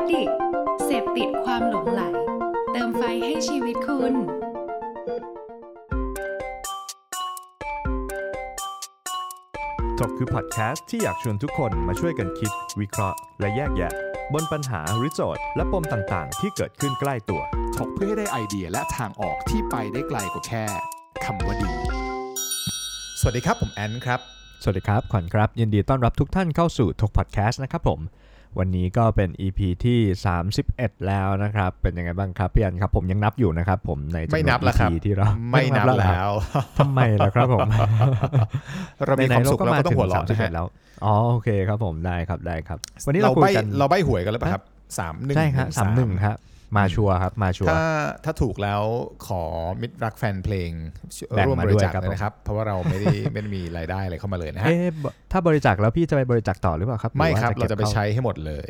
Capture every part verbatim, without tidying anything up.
ดิกเสพติดความหลงใหลเติมไฟให้ชีวิตคุณถกคือพอดแคสต์ที่อยากชวนทุกคนมาช่วยกันคิดวิเคราะห์และแยกแยะบนปัญหาหรือโจทย์และปมต่างๆที่เกิดขึ้นใกล้ตัวถกเพื่อให้ได้ไอเดียและทางออกที่ไปได้ไกลกว่าแค่คำว่าดีสวัสดีครับผมแอนครับสวัสดีครับขวัญครับยินดีต้อนรับทุกท่านเข้าสู่ถกพอดแคสต์นะครับผมวันนี้ก็เป็น อี พี ที่สามสิบเอ็ดแล้วนะครับเป็นยังไงบ้างครับพี่อันครับผมยังนับอยู่นะครับผมในจำนวน อี พี ที่เราไม่นับแล้วทำไมล่ะครับผมเรามีความสุขเราก็ต้องหัวเราะนะฮะแล้วอ๋อโอเคครับผมได้ครับได้ครับวันนี้เราคุยกันเราใบ้หวยกันแล้วป่ะครับสามหนึ่งใช่ครับสามหนึ่งครับมาชัวร์ครับมาชัวร์ถ้าถ้าถูกแล้วขอมิตรรักแฟนเพลงร่วมบริจาคเลยนะครับเพราะว่าเราไม่ได้ไม่ได้มีรายได้อะไรเข้ามาเลยนะฮะถ้าบริจาคแล้วพี่จะไปบริจาคต่อหรือเปล่าครับไม่ครับเราจะไปใช้ให้หมดเลย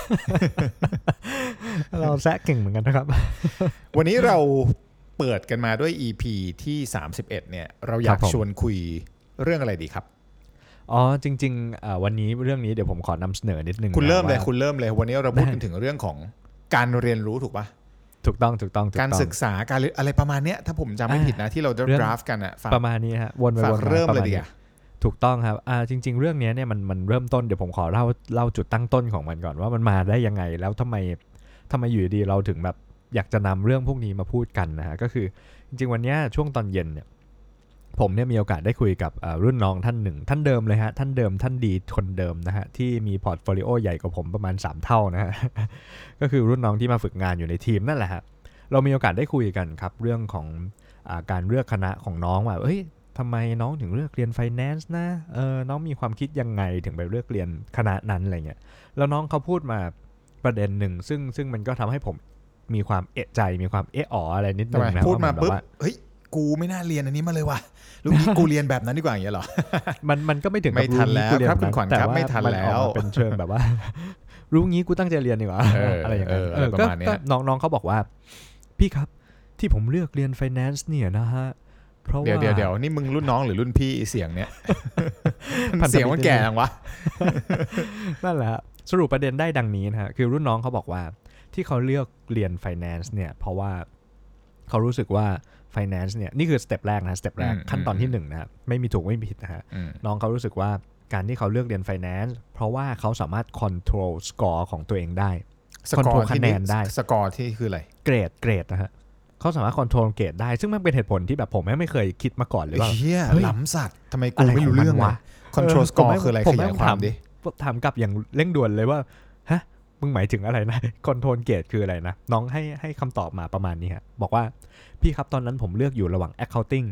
เราแซะเก่งเหมือนกันนะครับวันนี้เราเปิดกันมาด้วย อี พี ที่สามสิบเอ็ดเนี่ยเราอยากชวนคุยเรื่องอะไรดีครับอ๋อจริงๆวันนี้เรื่องนี้เดี๋ยวผมขอนำเสนอนิดนึงคุณเริ่มเลยคุณเริ่มเลยวันนี้เราพูดกันถึงเรื่องของการเรียนรู้ถูกปะถูกต้องถูกต้องการศึกษาการอะไรประมาณเนี้ยถ้าผมจำไม่ผิดนะที่เราจะดราฟกันอ่ะประมาณนี้ฮะวนไปวนมาเริ่มเลยดีอ่ะถูกต้องครับอ่าจริงๆเรื่องนี้เนี่ยมันมันเริ่มต้นเดี๋ยวผมขอเล่าเล่าจุดตั้งต้นของมันก่อนว่ามันมาได้ยังไงแล้วทำไมทำไมอยู่ดีเราถึงแบบอยากจะนำเรื่องพวกนี้มาพูดกันนะฮะก็คือจริงๆวันนี้ช่วงตอนเย็นเนี่ยผมเนี่ยมีโอกาสได้คุยกับรุ่นน้องท่านหนึ่งท่านเดิมเลยฮะท่านเดิมท่านดีคนเดิมนะฮะที่มีพอร์ตโฟลิโอใหญ่กว่าผมประมาณสามเท่านะฮะ ก็คือรุ่นน้องที่มาฝึกงานอยู่ในทีมนั่นแหละฮะเรามีโอกาสได้คุยกันครับเรื่องของอ่าการเลือกคณะของน้องว่าเฮ้ยทำไมน้องถึงเลือกเรียน Finance นะเออน้องมีความคิดยังไงถึงไปเลือกเรียนคณะนั้นอะไรเงี้ยแล้วน้องเขาพูดมาประเด็นหนึ่งซึ่งซึ่งมันก็ทำให้ผมมีความเอะใจมีความเอะอ๋ออะไรนิดนึงนะพูดมาปุ๊บเฮ้ยกูไม่น่าเรียนอันนี้มาเลยว่ะลูกนี้กูเรียนแบบนั้นดีกว่าอย่างเงี้ยหรอมันมันก็ไม่ถึงกับรู้งี้กูเรียนครับคุณขวัญครับไม่ทันแล้วเป็นเชิงแบบว่ารู้งี้กูตั้งใจเรียนดีกว่าอะไรอย่างเงี้ยก็น้องๆเขาบอกว่าพี่ครับที่ผมเลือกเรียน Finance เนี่ยนะฮะเพราะว่าเดี๋ยวเดี๋ยวเดี๋ยวนี่มึงรุ่นน้องหรือรุ่นพี่เสียงเนี้ยเสียงมันแก่จังวะนั่นแหละสรุปประเด็นได้ดังนี้นะฮะคือรุ่นน้องเขาบอกว่าที่เขาเลือกเรียน Finance เนี่ยเพราะว่าเขารู้สึกว่าFinance เนี่ยนี่คือสเต็ปแรกนะสเต็ปแรกขั้นตอนที่หนึ่งนะครับไม่มีถูกไม่มีผิดนะฮะน้องเขารู้สึกว่าการที่เขาเลือกเรียน Finance เพราะว่าเขาสามารถ control score ของตัวเองได้ control คะแนนได้สกอร์ที่คืออะไรเกรดเกรดนะฮะเขาสามารถ control เกรดได้ซึ่งมันเป็นเหตุผลที่แบบผมไม่เคยคิดมาก่อนเลยว่าเฮ้ยล้ำสัตว์ทำไมกูไม่รู้เรื่องวะ control score คืออะไรขยายความดิถามกลับอย่างเร่งด่วนเลยว่าฮะมึงหมายถึงอะไรนะ control เกรดคืออะไรนะน้องให้ให้คำตอบมาประมาณนี้ฮะบอกว่าพี่ครับตอนนั้นผมเลือกอยู่ระหว่าง accounting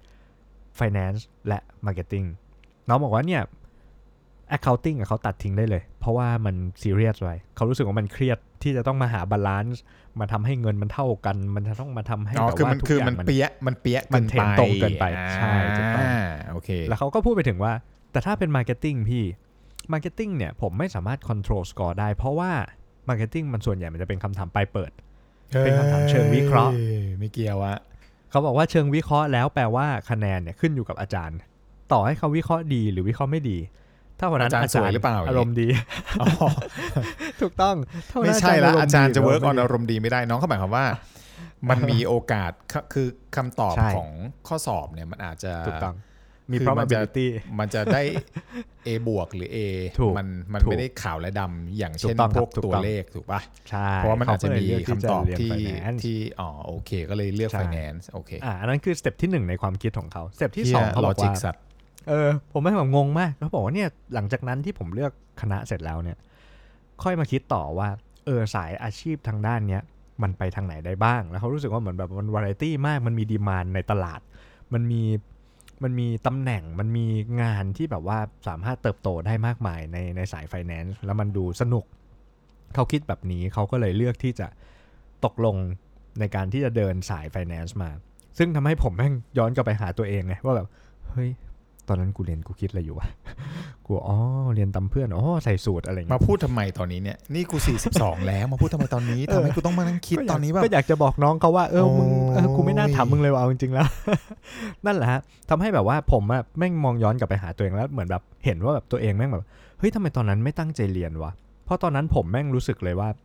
finance และ marketing น้องบอกว่าเนี่ย accounting อ่ะเขาตัดทิ้งได้เลยเพราะว่ามัน serious ไว้เขารู้สึกว่ามันเครียดที่จะต้องมาหา balance มาทำให้เงินมันเท่ากันมันจะต้องมาทำให้แบบว่าทุกอย่างมันเปี๊ยะมันเปี๊ยะมันเทรนตรงเกินไปใช่ถูกต้องโอเคแล้วเขาก็พูดไปถึงว่าแต่ถ้าเป็น marketing พี่ marketing เนี่ยผมไม่สามารถ control score ได้เพราะว่า marketing มันส่วนใหญ่มันจะเป็นคำถามปลายเปิดเป็นคำถามเชิงวิเคราะห์ไม่เกี่ยวอะเขาบอกว่าเชิงวิเคราะห์แล้วแปลว่าคะแนนเนี่ยขึ้นอยู่กับอาจารย์ต่อให้เขาวิเคราะห์ดีหรือวิเคราะห์ไม่ดีถ้าวันนั้นอาจารย์สวยหรือเปล่าอารมณ์ดีถูกต้องไม่ใช่ละอาจารย์จะเวิร์กออนอารมณ์ดีไม่ได้น้องเขาหมายความว่ามันมีโอกาสคือคำตอบของข้อสอบเนี่ยมันอาจจะถูกต้องมี probability มันจะได้ A บวกหรือ A มันมันไม่ได้ขาวและดำอย่างเช่นพวกตัวเลขถูกป่ะใช่เพราะมันอาจจะมีคำตอบที่ที่อ๋อโอเคก็เลยเลือก finance โอเคอ่าอันนั้นคือสเต็ปที่หนึ่งในความคิดของเขาสเต็ปที่สองเขาบอกว่าเออผมไม่แบบงงมากเขาบอกว่าเนี่ยหลังจากนั้นที่ผมเลือกคณะเสร็จแล้วเนี่ยค่อยมาคิดต่อว่าเออสายอาชีพทางด้านเนี้ยมันไปทางไหนได้บ้างแล้วเขารู้สึกว่าเหมือนแบบมันวาไรตี้มากมันมีดีมานด์ในตลาดมันมีมันมีตำแหน่งมันมีงานที่แบบว่าสามารถเติบโตได้มากมายในในสาย Finance แล้วมันดูสนุกเขาคิดแบบนี้เขาก็เลยเลือกที่จะตกลงในการที่จะเดินสาย Finance มาซึ่งทำให้ผมแม่งย้อนกลับไปหาตัวเองไงว่าแบบเฮ้ยตอนนั้นกูเรียนกูคิดอะไรอยู่วะกูอ๋อเรียนตามเพื่อนอ๋อใส่สูตรอะไรอย่างเงี้ยมาพูดทำไมตอนนี้เนี่ยนี่กูสี่สิบสองแล้วมาพูดทำไมตอนนี้ทำไมกูต้องมานั่งคิดตอนนี้แบบก็อยากจะบอกน้องเขาว่าเออมึงเออกูไม่น่าถามมึงเลยว่าเอาจริงๆแล้วนั่นแหละฮะทำให้แบบว่าผมอะแม่งมองย้อนกลับไปหาตัวเองแล้วเหมือนแบบเห็นว่าแบบตัวเองแม่งแบบเฮ้ยทำไมตอนนั้นไม่ตั้งใจเรียนวะเพราะตอนนั้นผมแม่งรู้สึกเลยว่า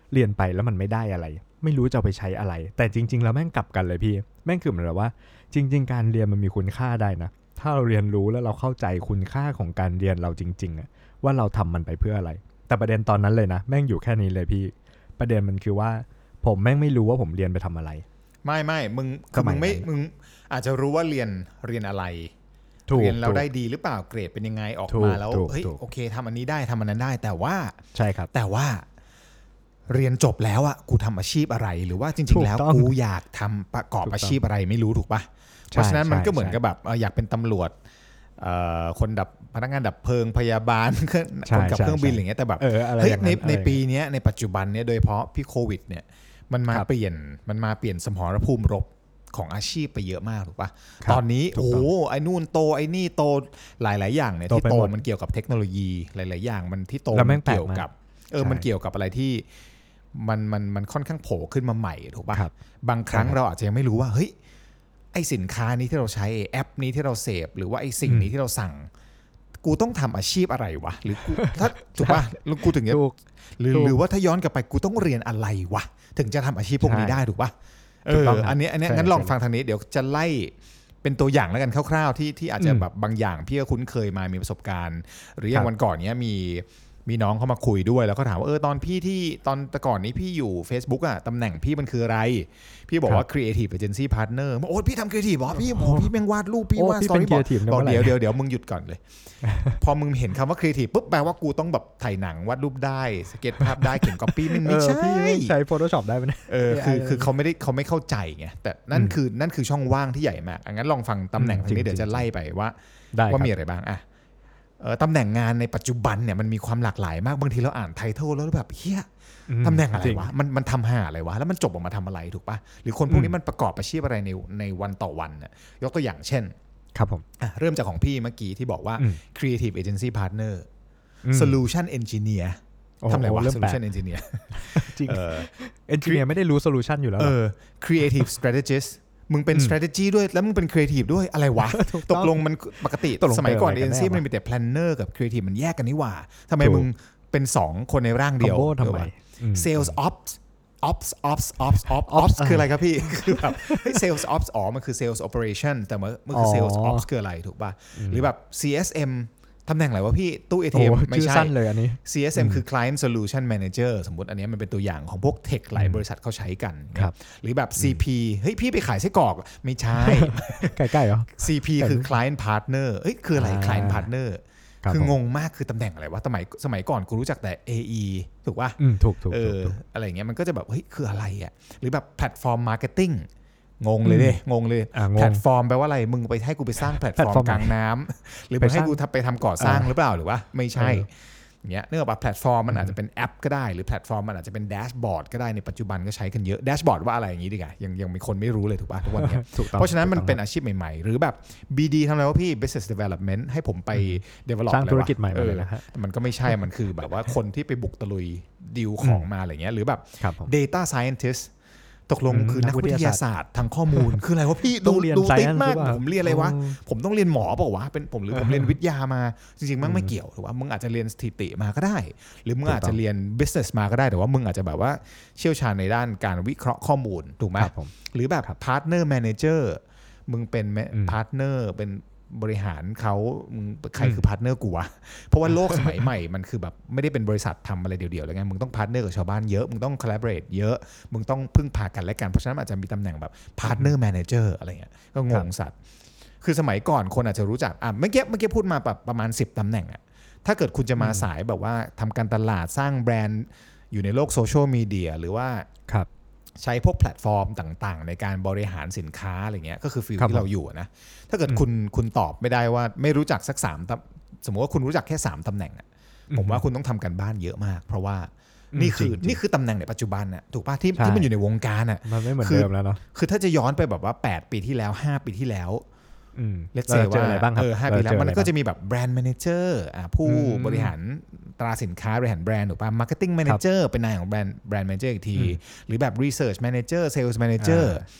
เรียนไปแล้วมันไม่ได้อะไรไม่รู้จะเอาไปใช้อะไรแต่จริงๆแล้วแม่งกลับกันเลยพี่แม่งคือเหมือนแบบว่าจริงๆการเรียนมันมีคุณค่าได้นะถ้าเราเรียนรู้แล้วเราเข้าใจคุณค่าของการเรียนเราจริงๆอะว่าเราทำมันไปเพื่ออะไรแต่ประเด็นตอนนั้นเลยนะแม่งอยู่แค่นี้เลยพี่ประเด็นมันคือว่าผมแม่งไม่รู้ว่าผมเรียนไปทำอะไรไม่ไม่มึงคือมึงไม่มึงอาจจะรู้ว่าเรียนเรียนอะไรเรียนแล้วได้ดีหรือเปล่าเกรดเป็นยังไงออกมาแล้วเฮ้ยโอเคทำอันนี้ได้ทำอันนั้นได้แต่ว่าใช่ครับแต่ว่าเรียนจบแล้วอ่ะกูทำอาชีพอะไรหรือว่าจริงๆแล้วกูอยากทำประกอบอาชีพอะไรไม่รู้ถูกปะเพราะฉะนั้นมันก็เหมือนกับแบบอยากเป็นตำรวจคนดับพนักงานดับเพลิงพยาบาลคนขับเครื่องบินอะไรเงี้ยแต่แบบเฮ้ยในในปีนี้ในปัจจุบันเนี้ยโดยเฉพาะพี่โควิดเนี่ยมันมาเปลี่ยนมันมาเปลี่ยนสมรภูมิรบของอาชีพไปเยอะมากถูกปะตอนนี้โอ้ไอ้นู่นโตไอ้นี่โตหลายๆอย่างเนี่ยที่โตมันเกี่ยวกับเทคโนโลยีหลายๆอย่างมันที่โตมันเกี่ยวกับเออมันเกี่ยวกับอะไรที่มันมันมันค่อนข้างโผล่ขึ้นมาใหม่ถูกปะบางครั้งเราอาจจะยังไม่รู้ว่าเฮ้ยไอสินค้านี้ที่เราใช้แอปนี้ที่เราเสพหรือว่าไอสิ่งนี้ที่เราสั่งกูต้องทำอาชีพอะไรวะหรือกูถ้าถูกปะแล้วกูถึงจะหรือหรือว่าถ้าย้อนกลับไปกูต้องเรียนอะไรวะถึงจะทำอาชีพพวกนี้ได้ถูกปะเอออันนี้อันนี้งั้นลองฟังทางนี้เดี๋ยวจะไล่เป็นตัวอย่างแล้วกันคร่าวๆที่ที่อาจจะแบบบางอย่างพี่ก็คุ้นเคยมามีประสบการณ์หรืออย่างวันก่อนเนี้ยมีมีน้องเข้ามาคุยด้วยแล้วก็ถามว่าเออตอนพี่ที่ตอนแต่ก่อนนี้พี่อยู่ Facebook อ่ะตำแหน่งพี่มันคืออะไรพี่บอกว่า Creative Agency Partner โอ้พี่ทำ Creative เหรอพี่โอ้พี่แม่งวาดรูปพี่วาด Storyboard บอกเดี๋ยวเดี๋ยวเดี๋ยวมึงหยุดก่อนเลยพอมึงเห็นคำว่า Creative ปุ๊บแปลว่ากูต้องแบบถ่ายหนังวาดรูปได้สเก็ตภาพได้เขียน Copy มันไม่ใช่พี่ไม่ใช้ Photoshop ได้ไหมเออคือคือเขาไม่ได้เขาไม่เข้าใจไงแต่นั่นคือนั่นคือช่องว่างที่ใหญ่มากงั้นลองฟังตำแหน่งตรงนี้เดี๋ยวจะไล่ไปว่าว่ามีอะไรบ้างอ่ะตำแหน่งงานในปัจจุบันเนี่ยมันมีความหลากหลายมากบางทีเราอ่านไทเทิลแล้วแบบเฮียตำแหน่งอะไรวะมันมันทำหาอะไรวะแล้วมันจบออกมาทำอะไรถูกปะหรือคนพวกนี้มันประกอบอาชีพอะไรในในวันต่อวันเนี่ยยกตัวอย่างเช่นครับผมเริ่มจากของพี่เมื่อกี้ที่บอกว่า Creative Agency Partner Solution Engineer ทำอะไรวะ Solution Engineer จริงเออ Engineer ไม่ได้รู้ Solution อยู่แล้วเออ Creative Strategistมึงเป็น strategy ด้วยแล้วมึงเป็น creative ด้วยอะไรวะตกลงมันปกติสมัยก่อนเอเจนซี่มันมีแต่ planner กับ creative มันแยกกันนี่หว่าทำไมมึงเป็นสองคนในร่างเดียวทำไม sales ops ops ops ops ops ops คืออะไรครับพี่คือแบบ sales ops อ๋อมันคือ sales operation แต่มันคือ sales ops คืออะไรถูกป่ะหรือแบบ ซี เอส เอ็มตำแหน่งอะไรวะพี่ตู้ เอ ที เอ็ม ไม่ใช่เลยอันนี้ซี เอส เอ็ม คือ Client Solution Manager สมมุติอันนี้มันเป็นตัวอย่างของพวกเทคหลายบริษัทเขาใช้กันหรือแบบ ซี พี เฮ้ยพี่ไปขายไส้กรอกไม่ใช่ใกล้ๆเหรอซี พี คือ Client Partner เอ้ยคืออะไร Client Partner คืองงมากคือตำแหน่งอะไรวะสมัยสมัยก่อนกูรู้จักแต่ เอ อี ถูกป่ะถูกถูกเอออะไรเงี้ยมันก็จะแบบเฮ้ยคืออะไรอ่ะหรือแบบ Platform Marketingงงเลยดิงงเลยแพลตฟอร์มแปลว่าอะไรมึงไปให้กูไปสร้างแพลตฟอร์มกลางน้ำหรือไปให้กูไปทำก่อสร้างหรือเปล่าหรือว่าไม่ใช่เงี้ยเนื่องจากแพลตฟอร์มมันอาจจะเป็นแอปก็ได้หรือแพลตฟอร์มมันอาจจะเป็นแดชบอร์ดก็ได้ในปัจจุบันก็ใช้กันเยอะแดชบอร์ดว่าอะไรอย่างนี้ดีกว่ายังยังมีคนไม่รู้เลยถูกป่ะทุกวันนี้เพราะฉะนั้นมันเป็นอาชีพใหม่ๆหรือแบบ บี ดี ทำอะไรวะพี่ business development ให้ผมไป develop สร้างธุรกิจใหม่เลยนะฮะมันก็ไม่ใช่มันคือแบบว่าคนที่ไปบุกตะลุยดีลของมาอะไรเงี้ยหรือแบบ data scientistตกลงคือนักวิทยาศาสตร์ทางข้อมูลคืออะไรวะพี่ดูดูติ๊กมากผมเรียนอะไรวะผมต้องเรียนหมอเปล่าวะเป็นผมหรือผมเรียนวิทยามาจริงๆมันไม่เกี่ยวถูกป่ะมึงอาจจะเรียนสถิติมาก็ได้หรือมึงอาจจะเรียน business มาก็ได้แต่ว่ามึงอาจจะแบบว่าเชี่ยวชาญในด้านการวิเคราะห์ข้อมูลถูกไหมหรือแบบ partner manager มึงเป็น partner เป็นบริหารเขาใครคือพาร์ทเนอร์กูวะเพราะว่าโลกสมัยใหม่มันคือแบบไม่ได้เป็นบริษัททำอะไรเดียวๆแล้วไงมึงต้องพาร์ทเนอร์กับชาวบ้านเยอะมึงต้อง collaborate เยอะมึงต้องพึ่งพากันและกันเพราะฉะนั้นอาจจะมีตำแหน่งแบบพาร์ทเนอร์แมเนเจอร์อะไรเงี้ยก็งงสัตว์คือสมัยก่อนคนอาจจะรู้จักอ่ะเมื่อกี้เมื่อกี้พูดมาแบบประมาณสิบตำแหน่งอ่ะถ้าเกิดคุณจะมาสายแบบว่าทำการตลาดสร้างแบรนด์อยู่ในโลกโซเชียลมีเดียหรือว่าใช้พวกแพลตฟอร์มต่างๆในการบริหารสินค้าอะไรเงี้ยก็คือฟิลที่เราอยู่นะถ้าเกิดคุณคุณตอบไม่ได้ว่าไม่รู้จักสักสามสมมติว่าคุณรู้จักแค่สามตำแหน่งอ่ะผมว่าคุณต้องทำกันบ้านเยอะมากเพราะว่านี่คือนี่คือตำแหน่งในปัจจุบันน่ะถูกป่ะที่ที่มันอยู่ในวงการอ่ะมันไม่เหมือนเดิมแล้วเนาะคือถ้าจะย้อนไปแบบว่าแปดปีที่แล้วห้าปีที่แล้วเลทเซว่าอะไรบ้างครับเออห้าปีแล้วมันก็จะมีแบบแบรนด์แมเนเจอร์อ่ะผู้บริหารตราสินค้าบริหารแบรนด์ถูกป่ะมาร์เก็ตติ้งแมเนเจอร์เป็นนายของแบรนด์แบรนด์แมเนเจอร์อีกทีหรือแบบรีเสิร์ชแมเนเจอร์เซลส์แมเนเจอร์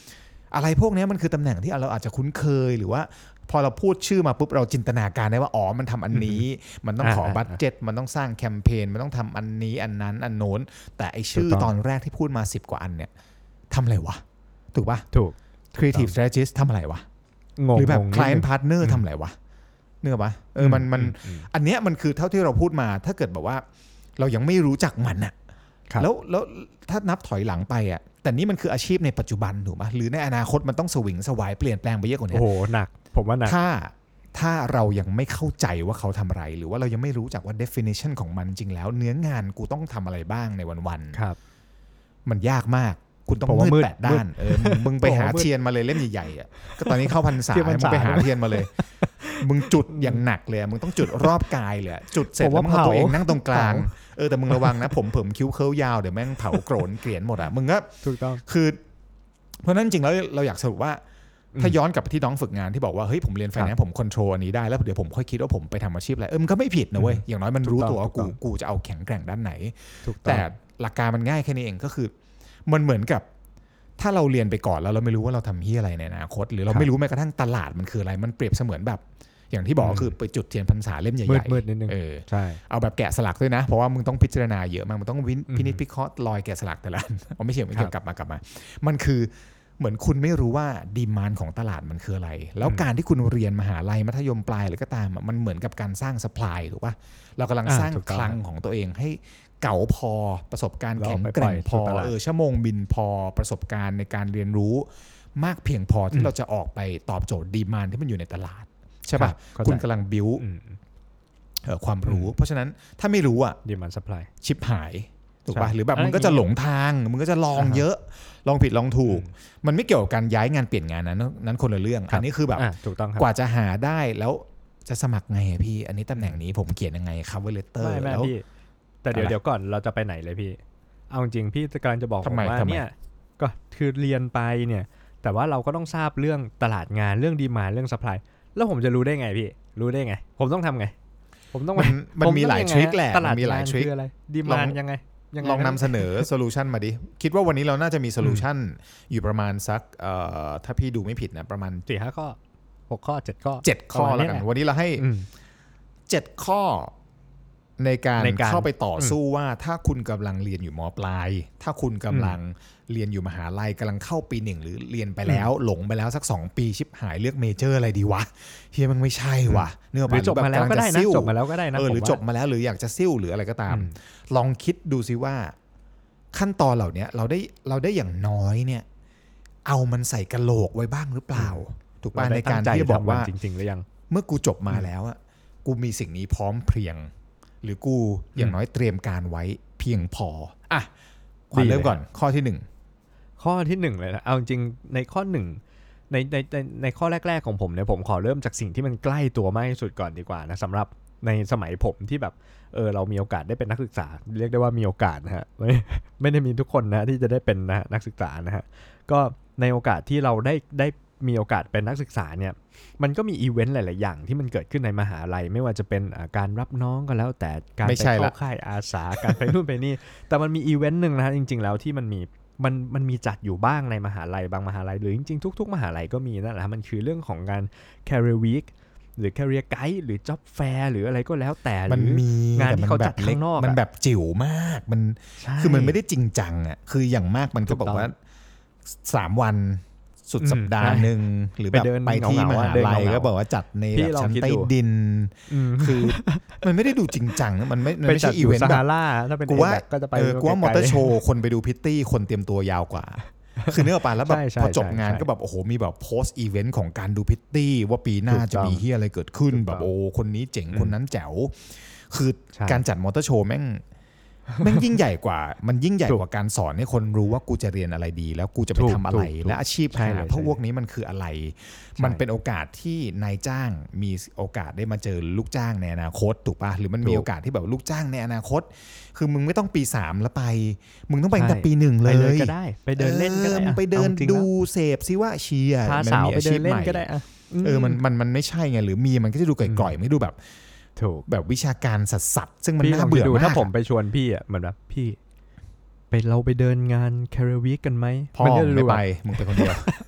อะไรพวกนี้มันคือตำแหน่งที่เราอาจจะคุ้นเคยหรือว่าพอเราพูดชื่อมาปุ๊บเราจินตนาการได้ว่าอ๋อมันทำอันนี้มันต้องขอบัดเจ็ตมันต้องสร้างแคมเปญมันต้องทำอันนี้อันนั้นอันโน้นแต่ไอชื่อตอนแรกที่พูดมาสิบกว่าอันเนี่ยทำอะไรวะถูกปะถูก Creative Strategist ทำอะไรวะหรือแบบ Client Partner ทำอะไรวะเนื้อปะเออมันมันอันเนี้ยมันคือเท่าที่เราพูดมาถ้าเกิดแบบว่าเรายังไม่รู้จักมันอะแล้วแล้วถ้านับถอยหลังไปอะแต่นี่มันคืออาชีพในปัจจุบันถูกปะหรือในอนาคตมันต้องสวิงสวายเปลี่ยนแปลงไปเยอะกว่านี้โอ้โหหนักผมว่าหนักถ้าถ้าเรายังไม่เข้าใจว่าเขาทำอะไรหรือว่าเรายังไม่รู้จักว่า definition ของมันจริงแล้วเนื้องานกูต้องทำอะไรบ้างในวันๆครับมันยากมากคุณต้องมืดแปดด้านเออมึงไปหาเทียนมาเลยเล่มใหญ่ๆอ่ะก็ตอนนี้เข้าพรรษามึงไปหาเทียนมาเลยมึงจุดอย่างหนักเลยมึงต้องจุดรอบกายเลยจุดเสร็จแล้วมึงเอาตัวเองนั่งตรงกลางเออแต่มึงระวังนะผมเผิมคิ้วเคิ้วยาวเดี๋ยวแม่งเผาโกรนเกลียนหมดอ่ะมึงก็ถูกต้องคือเพราะนั้นจริงแล้วเราอยากสรุปว่าถ้าย้อนกลับไปที่น้องฝึกงานที่บอกว่าเฮ้ยผมเรียนไฟแนนซ์ผมคอนโทรลอันนี้ได้แล้วเดี๋ยวผมค่อยคิดว่าผมไปทำอาชีพอะไรเออมันก็ไม่ผิดนะเว้ยอย่างน้อยมันรู้ตัวว่ากูกูจะเอาแข็งแกร่งด้านไหนแต่หลักการมันง่ายแค่นี้เองก็คือมันเหมือนกับถ้าเราเรียนไปก่อนแล้วเราไม่รู้ว่าเราทำเหี้ยอะไรในอนาคตหรือเราไม่รู้แม้กระทั่งตลาดมันคืออะไรมันเปรียบเสมือนแบบอย่างที่บอกคือไปจุดเทียนพรรษาเล่มใหญ่ๆมืดๆนิดนึงเออใช่เอาแบบแกะสลักด้วยนะเพราะว่ามึงต้องพิจารณาเยอะมากมึงต้องพินิจพิเคราะห์รอยแกะสลักแต่ละเอาไม่เชื่อไม่เชื่อกลับมากลับมามันคือเหมือนคุณไม่รู้ว่าดีมานด์ของตลาดมันคืออะไรแล้วการที่คุณเรียนมหาลัยมัธยมปลายหรือก็ตามมันเหมือนกับการสร้างซัพพลายถูกป่ะเรากำลังสร้างคลังของตัวเองให้เก๋าพอประสบการณ์แข็งแกร่งพอเออชั่วโมงบินพอประสบการณ์ในการเรียนรู้มากเพียงพอที่เราจะออกไปตอบโจทย์ดีมานด์ที่มันอยู่ในตลาดใช่ป่ะคุณกำลังบิ้วความรู้เพราะฉะนั้นถ้าไม่รู้อ่ะดีมานด์ซัพพลายชิปหายถูกป่ะหรือแบบมึงก็จะหลงทางมึงก็จะลองเยอะลองผิดลองถูกมันไม่เกี่ยวกับการย้ายงานเปลี่ยนงานนั้นนั้นคนละเรื่องอันนี้คือแบบกว่าจะหาได้แล้วจะสมัครไงพี่อันนี้ตำแหน่งนี้ผมเขียนยังไง cover letter แล้วแต่เดี๋ยวเดี๋ยวก่อนเราจะไปไหนเลยพี่เอาจริงพี่กำลังจะบอกผมว่าเนี่ยก็คือเรียนไปเนี่ยแต่ว่าเราก็ต้องทราบเรื่องตลาดงานเรื่องดีมานด์เรื่องซัพพลายแล้วผมจะรู้ได้ไงพี่รู้ได้ไงผมต้องทำไงผมต้องมันมีหลายทริคแหละตลาดมีหลายทริคอะไรดีมานด์ยังไงลองนำเสนอโซลูชันมาดิคิดว่าวันนี้เราน่าจะมีโซลูชันอยู่ประมาณสักถ้าพี่ดูไม่ผิดนะประมาณสี่ห้า ข้อหกข้อเจ็ดข้อเจ็ดข้อแล้วกันวันนี้เราให้เจ็ดข้อในการเข้าไปต่อสู้ว่าถ้าคุณกำลังเรียนอยู่ม.ปลายถ้าคุณกำลังเรียนอยู่มหาลัยกำลังเข้าปีหนึ่งหรือเรียนไปแล้วหลงไปแล้วสักสองปีชิบหายเลือกเมเจอร์อะไรดีวะเฮียมันไม่ใช่ว่ะเนื้อหรือจบมาแล้วก็ได้นะจบมาแล้วก็ได้นะเออหรือจบมาแล้วหรืออยากจะซิ่วหรืออะไรก็ตามลองคิดดูซิว่าขั้นตอนเหล่านี้เราได้เราได้อย่างน้อยเนี่ยเอามันใส่กะโหลกไว้บ้างหรือเปล่าถูกป่ะในการที่บอกว่าจริงๆหรือยังเมื่อกูจบมาแล้วอ่ะกูมีสิ่งนี้พร้อมเพรียงหรือกูอย่างน้อยเตรียมการไว้เพียงพออ่ะขอเริ่มก่อนข้อที่หนึ่งข้อที่หนึ่งเลยนะเอาจริงในข้อหนึ่งในในในในข้อแรกๆของผมเนี่ยผมขอเริ่มจากสิ่งที่มันใกล้ตัวมากที่สุดก่อนดีกว่านะสำหรับในสมัยผมที่แบบเออเรามีโอกาสได้เป็นนักศึกษาเรียกได้ว่ามีโอกาสนะฮะไม่ไม่ได้มีทุกคนนะที่จะได้เป็นนะนักศึกษานะฮะก็ในโอกาสที่เราได้ได้มีโอกาสเป็นนักศึกษาเนี่ยมันก็มีอีเวนต์หลายๆอย่างที่มันเกิดขึ้นในมหาลัยไม่ว่าจะเป็นการรับน้องก็แล้วแต่การไปเข้าค่ายอาสาการไปนู่นไปนี่แต่มันมีอีเวนต์นึงนะฮะจริงๆแล้วที่มันมีมันมันมีจัดอยู่บ้างในมหาลัยบางมหาลัยหรือจริงๆทุกๆมหาลัยก็มีนั่นแหละมันคือเรื่องของการ career week หรือ career guide หรือ job fair หรืออะไรก็แล้วแต่หรืองานที่เขาจัดข้างนอกมันแบบจิ๋วมากมันคือมันไม่ได้จริงจังอ่ะคืออย่างมากมันก็บอกว่าสามวันสุดสัปดาห์นึงหรือแบบไปที่มหาลัยก็บอกว่าจัดในแบบชั้นใต้ดินคือมันไม่ได้ดูจริงจังนะมันไม่ไม่ใช่อีเวนต์แบบกูว่ากูว่ามอเตอร์โชว์คนไปดูพิตตี้คนเตรียมตัวยาวกว่าคือเนื้อปลาแล้วแบบพอจบงานก็แบบโอ้โหมีแบบโพสต์อีเวนต์ของการดูพิตตี้ว่าปีหน้าจะมีเฮียอะไรเกิดขึ้นแบบโอ้คนนี้เจ๋งคนนั้นแจ๋วคือการจัดมอเตอร์โชว์แม่งแม่งยิ่งใหญ่กว่ามันยิ่งใหญ่กว่าการสอนให้คนรู้ว่ากูจะเรียนอะไรดีแล้วกูจะไปทำอะไรและอาชีพหาพวกนี้มันคืออะไรมันเป็นโอกาสที่นายจ้างมีโอกาสได้มาเจอลูกจ้างในอนาคตถูกป่ะหรือมันมีโอกาสที่แบบลูกจ้างในอนาคตคือมึงไม่ต้องปีสามแล้วไปมึงต้องไปตั้งแต่ปีหนึ่งเลยก็ได้ไปเดินเล่นก็ได้มึงไปเดินดูเสพซิว่าเชียร์มันมีอาชีพใหม่เออมันมันมันไม่ใช่ไงหรือมีมันก็จะดูก่อยๆไม่ดูแบบแบบวิชาการสัสๆซึ่งมันน่าเบื่อมากถ้าผมไปชวนพี่อ่ะเหมือนแบบพี่ไปเราไปเดินงาน Career Week กันไหมพ่อไม่ไปมึงไปคนเดียว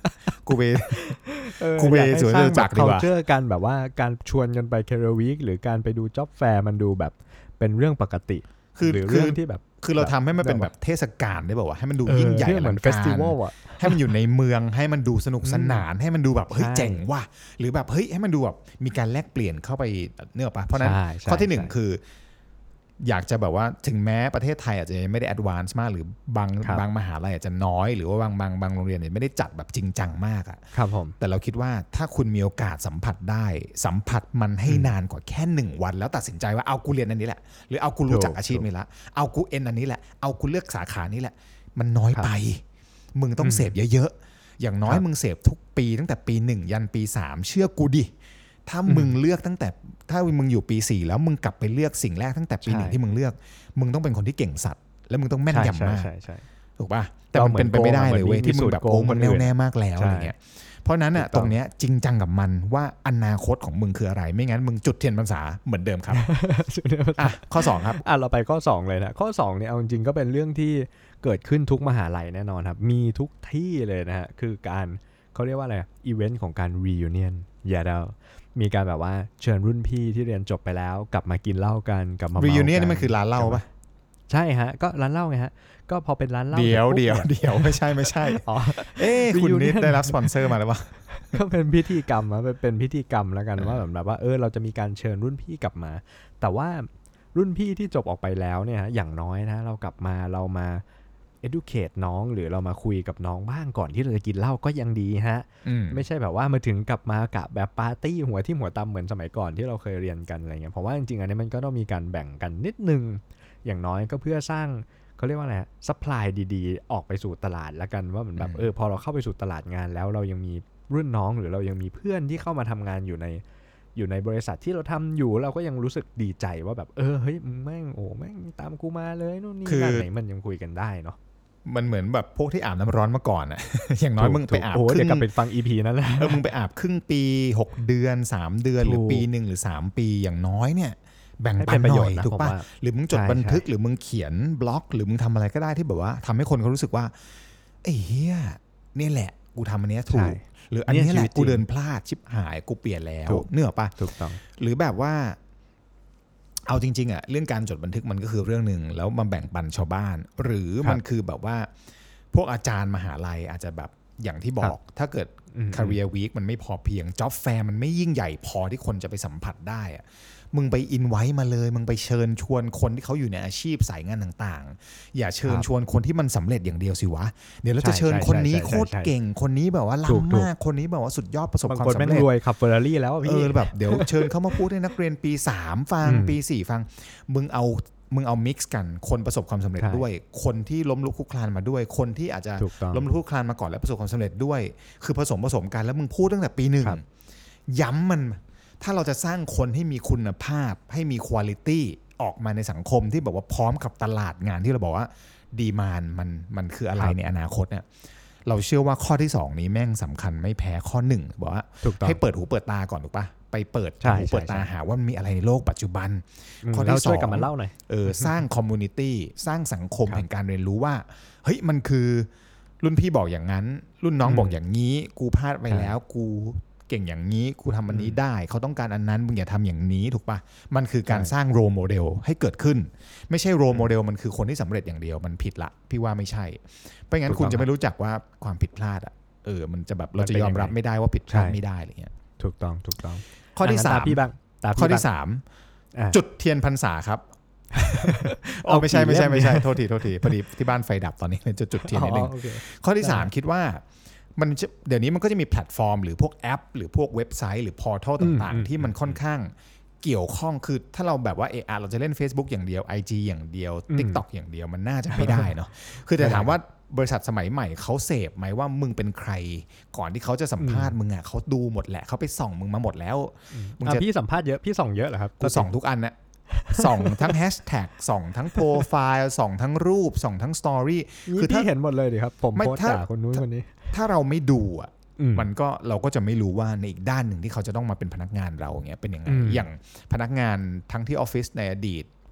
กูไปกูไปสวนจตุจักรดีกว่า culture กันแบบว่าการชวนกันไป Career Week หรือการไปดู Job Fair มันดูแบบเป็นเรื่องปกติคือหรือเรื่องที่แบบคือเราทำให้มันเป็นแบบเทศกาลได้ป่าวว่าให้มันดูยิ่งใหญ่เหมือนเฟสติวัลอ่ะให้มันอยู่ในเมืองให้มันดูสนุกสนานให้มันดูแบบเฮ้ยเจ๋งว่ะหรือแบบเฮ้ยให้มันดูแบบมีการแลกเปลี่ยนเข้าไปเนื้อป่ะเพราะนั้นข้อที่หนึ่งคืออยากจะแบบว่าถึงแม้ประเทศไทยอาจจะไม่ได้แอดวานซ์มากหรือบางบางมหาลัยอาจจะน้อยหรือว่าบางบางบางโรงเรียนเนี่ยไม่ได้จัดแบบจริงจังมากอ่ะครับผมแต่เราคิดว่าถ้าคุณมีโอกาสสัมผัสได้สัมผัสมันให้นานกว่าแค่หนึ่งวันแล้วตัดสินใจว่าเอากูเรียนอันนี้แหละหรือเอากูรู้จักอาชีพนี้ละเอากูเอ็นอันนี้แหละเอากูเลือกสาขานี้แหละมันน้อยไปมึงต้องเสพเยอะๆอย่างน้อยมึงเสพทุกปีตั้งแต่ปีหนึ่งยันปีสามเชื่อกูดิถ้ามึงเลือกตั้งแต่ถ้ามึงอยู่ปีสี่แล้วมึงกลับไปเลือกสิ่งแรกตั้งแต่ปีหนึ่งที่มึงเลือกมึงต้องเป็นคนที่เก่งสัตว์แล้วมึงต้องแม่นยำมากถูกป่ะแต่มันเป็นไปไม่ได้เลยเว้ยที่มึงแบบโกงมันแน่วแน่มากแล้วอะไรเงี้ยเพราะนั้นอ่ะตรงเนี้ยจริงจังกับมันว่าอนาคตของมึงคืออะไรไม่งั้นมึงจุดเทียนพรรษาเหมือนเดิมครับอ่ะข้อสองครับอ่ะเราไปข้อสองเลยนะข้อสองเนี่ยเอาจริงๆก็เป็นเรื่องที่เกิดขึ้นทุกมหาลัยแน่นอนครับมีทุกที่เลยนะฮะคือการเขาเรียกว่าอะไรอีเวนต์ของการ reunion อย่าเดามีการแบบว่าเชิญรุ่นพี่ที่เรียนจบไปแล้วกลับมากินเหล้ากันกลับมาเมากัน reunion นี่มันคือร้านเหล้าป่ะใช่ฮะก็ร้านเหล้าไงฮะก็พอเป็นร้านเหล้าเดี๋ยวเดี๋ยวเดี๋ยวไม่ใช่ไม่ใช่อ๋อเอ๊ะคุณนี่ได้รับสปอนเซอร์มาแล้ววะก็เป็นพิธีกรรมอะเป็นพิธีกรรมแล้วกันว่าแบบว่าเออเราจะมีการเชิญรุ่นพี่กลับมาแต่ว่ารุ่นพี่ที่จบออกไปแล้วเนี่ยฮะอย่างน้อยนะเรากลับมาเรามา educate น้องหรือเรามาคุยกับน้องบ้างก่อนที่เราจะกินเหล้าก็ยังดีฮะไม่ใช่แบบว่ามาถึงกลับมากะแบบปาร์ตี้หัวที่หัวตำเหมือนสมัยก่อนที่เราเคยเรียนกันอะไรเงี้ยเพราะว่าจริงๆอันนี้มันก็ต้องมีการแบ่งกันนิดนึงอย่างน้อยก็เพื่อสร้างเขาเรียกว่าอะไรซัพพลายดีๆออกไปสู่ตลาดแล้วกันว่าเหมือนแบบเออพอเราเข้าไปสู่ตลาดงานแล้วเรายังมีรุ่นน้องหรือเรายังมีเพื่อนที่เข้ามาทำงานอยู่ในอยู่ในบริษัทที่เราทำอยู่เราก็ยังรู้สึกดีใจว่าแบบเออเฮ้ยแม่งโอ้แม่งตามกูมาเลยนู่นนี่นั่นไหนมันยังคุยกันได้เนาะมันเหมือนแบบพวกที่อาบน้ำร้อนมาก่อนอ่ะ อย่างน้อยมึงไปอาบครึ่งกลับไปฟัง อี พี นั้นแหละเออมึงไปอาบครึ่งปีหกเดือนสามเดือนหรือปีนึงหรือสามปีอย่างน้อยเนี่ยแบ่งปันหน่อยถูกป่ะหรือมึงจดบันทึกหรือมึงเขียนบล็อกหรือมึงทำอะไรก็ได้ที่แบบว่าทำให้คนเขารู้สึกว่าไอ้เหี้ยนี่แหละกูทำอันนี้ถูกหรืออันนี้แหละกูเดินพลาดชิบหายกูเปลี่ยนแล้วเนื้อป่ะถูกต้องหรือแบบว่าเอาจริงๆอ่ะเรื่องการจดบันทึกมันก็คือเรื่องนึงแล้วมาแบ่งปันชาวบ้านหรือมันคือแบบว่าพวกอาจารย์มหาลัยอาจจะแบบอย่างที่บอกถ้าเกิด Career Week มันไม่พอเพียง Job Fair มันไม่ยิ่งใหญ่พอที่คนจะไปสัมผัสได้อ่ะมึงไปอินไว้มาเลยมึงไปเชิญชวนคนที่เขาอยู่ในอาชีพสายงานต่างๆอย่าเชิญชวนคนที่มันสำเร็จอย่างเดียวสิวะเดี๋ยวเราจะเชิญคนนี้โคตรเก่งคนนี้แบบว่าล้ำมากคนนี้แบบว่าสุดยอดประสบความสำเร็จบางคนแม่งรวยขับเฟอร์รารี่แล้วพี่เออแบบเดี๋ยวเชิญเขามาพูดให้นักเรียนปีสามฟังปีสี่ฟังมึงเอามึงเอามิกซ์กันคนประสบความสำเร็จด้วยคนที่ล้มลุกคลุกคลานมาด้วยคนที่อาจจะล้มลุกคลุกคลานมาก่อนแล้วประสบความสำเร็จด้วยคือผสมผสมกันแล้วมึงพูดตั้งแต่ปีหนึ่งย้ำมันถ้าเราจะสร้างคนให้มีคุณภาพให้มีคุณภาพออกมาในสังคมที่แบบว่าพร้อมกับตลาดงานที่เราบอกว่าดีมานด์มันมันคืออะไรในอนาคตเนี่ยเราเชื่อว่าข้อที่สองนี้แม่งสำคัญไม่แพ้ข้อหนึ่งบอกว่าให้เปิดหูเปิดตาก่อนถูกปะไปเปิดหูเปิดตาหาว่ามันมีอะไรในโลกปัจจุบันข้อที่สองช่วยกันมาเล่าหน่อยเออสร้างคอมมูนิตี้สร้างสังคมแห่งการเรียนรู้ว่าเฮ้ยมันคือรุ่นพี่บอกอย่างนั้นรุ่นน้องบอกอย่างนี้กูพลาดไปแล้วกูเก่งอย่างนี้กูทำอันนี้ได้เขาต้องการอันนั้นมึงอย่าทำอย่างนี้ถูกปะมันคือการสร้างโรลโมเดลให้เกิดขึ้นไม่ใช่โรลโมเดลมันคือคนที่สำเร็จอย่างเดียวมันผิดละพี่ว่าไม่ใช่เพราะงั้นคุณจะไม่รู้จักว่าความผิดพลาดอ่ะเออมันจะแบบเราจะยอมรับไม่ได้ว่าผิดพลาดไม่ได้อะไรเงี้ยถูกต้องถูกต้องข้อที่สามพี่บ้างข้อที่สามจุดเทียนพรรษาครับอ๋อไม่ใช่ไม่ใช่ไม่ใช่โทษทีโทษทีพอดีที่บ้านไฟดับตอนนี้เลยจะจุดเทียนนิดนึงข้อที่สามคิดว่ามันเดี๋ยวนี้มันก็จะมีแพลตฟอร์มหรือพวกแอปหรือพวกเว็บไซต์หรือพอร์ทัลต่างๆที่มันค่อนข้างเกี่ยวข้องคือถ้าเราแบบว่าเออเราจะเล่น Facebook อย่างเดียว ไอ จี อย่างเดียว TikTok อย่างเดียวมันน่าจะไม่ได้เนาะคือแต่ถามว่าบริษัทสมัยใหม่เขาเสพไหมว่ามึงเป็นใครก่อนที่เขาจะสัมภาษณ์มึงอ่ะเขาดูหมดแหละเขาไปส่องมึงมาหมดแล้วมึงจะพี่สัมภาษณ์เยอะพี่ส่องเยอะเหรอครับกูส่องทุกอันนะส่องทั้งแฮชแท็กส่องทั้งโปรไฟล์ส่องทั้งรูปส่องทั้งสตอรี่คือพี่เห็นหมดเลยดิครับผมโพสต์ด่าคนนู้นคนนี้ถ้าเราไม่ดูอ่ะมันก็เราก็จะไม่รู้ว่าในอีกด้านหนึ่งที่เขาจะต้องมาเป็นพนักงานเราเงี้ยเป็นยังไงอย่างพนักงานทั้งที่ออฟฟิศในอดีต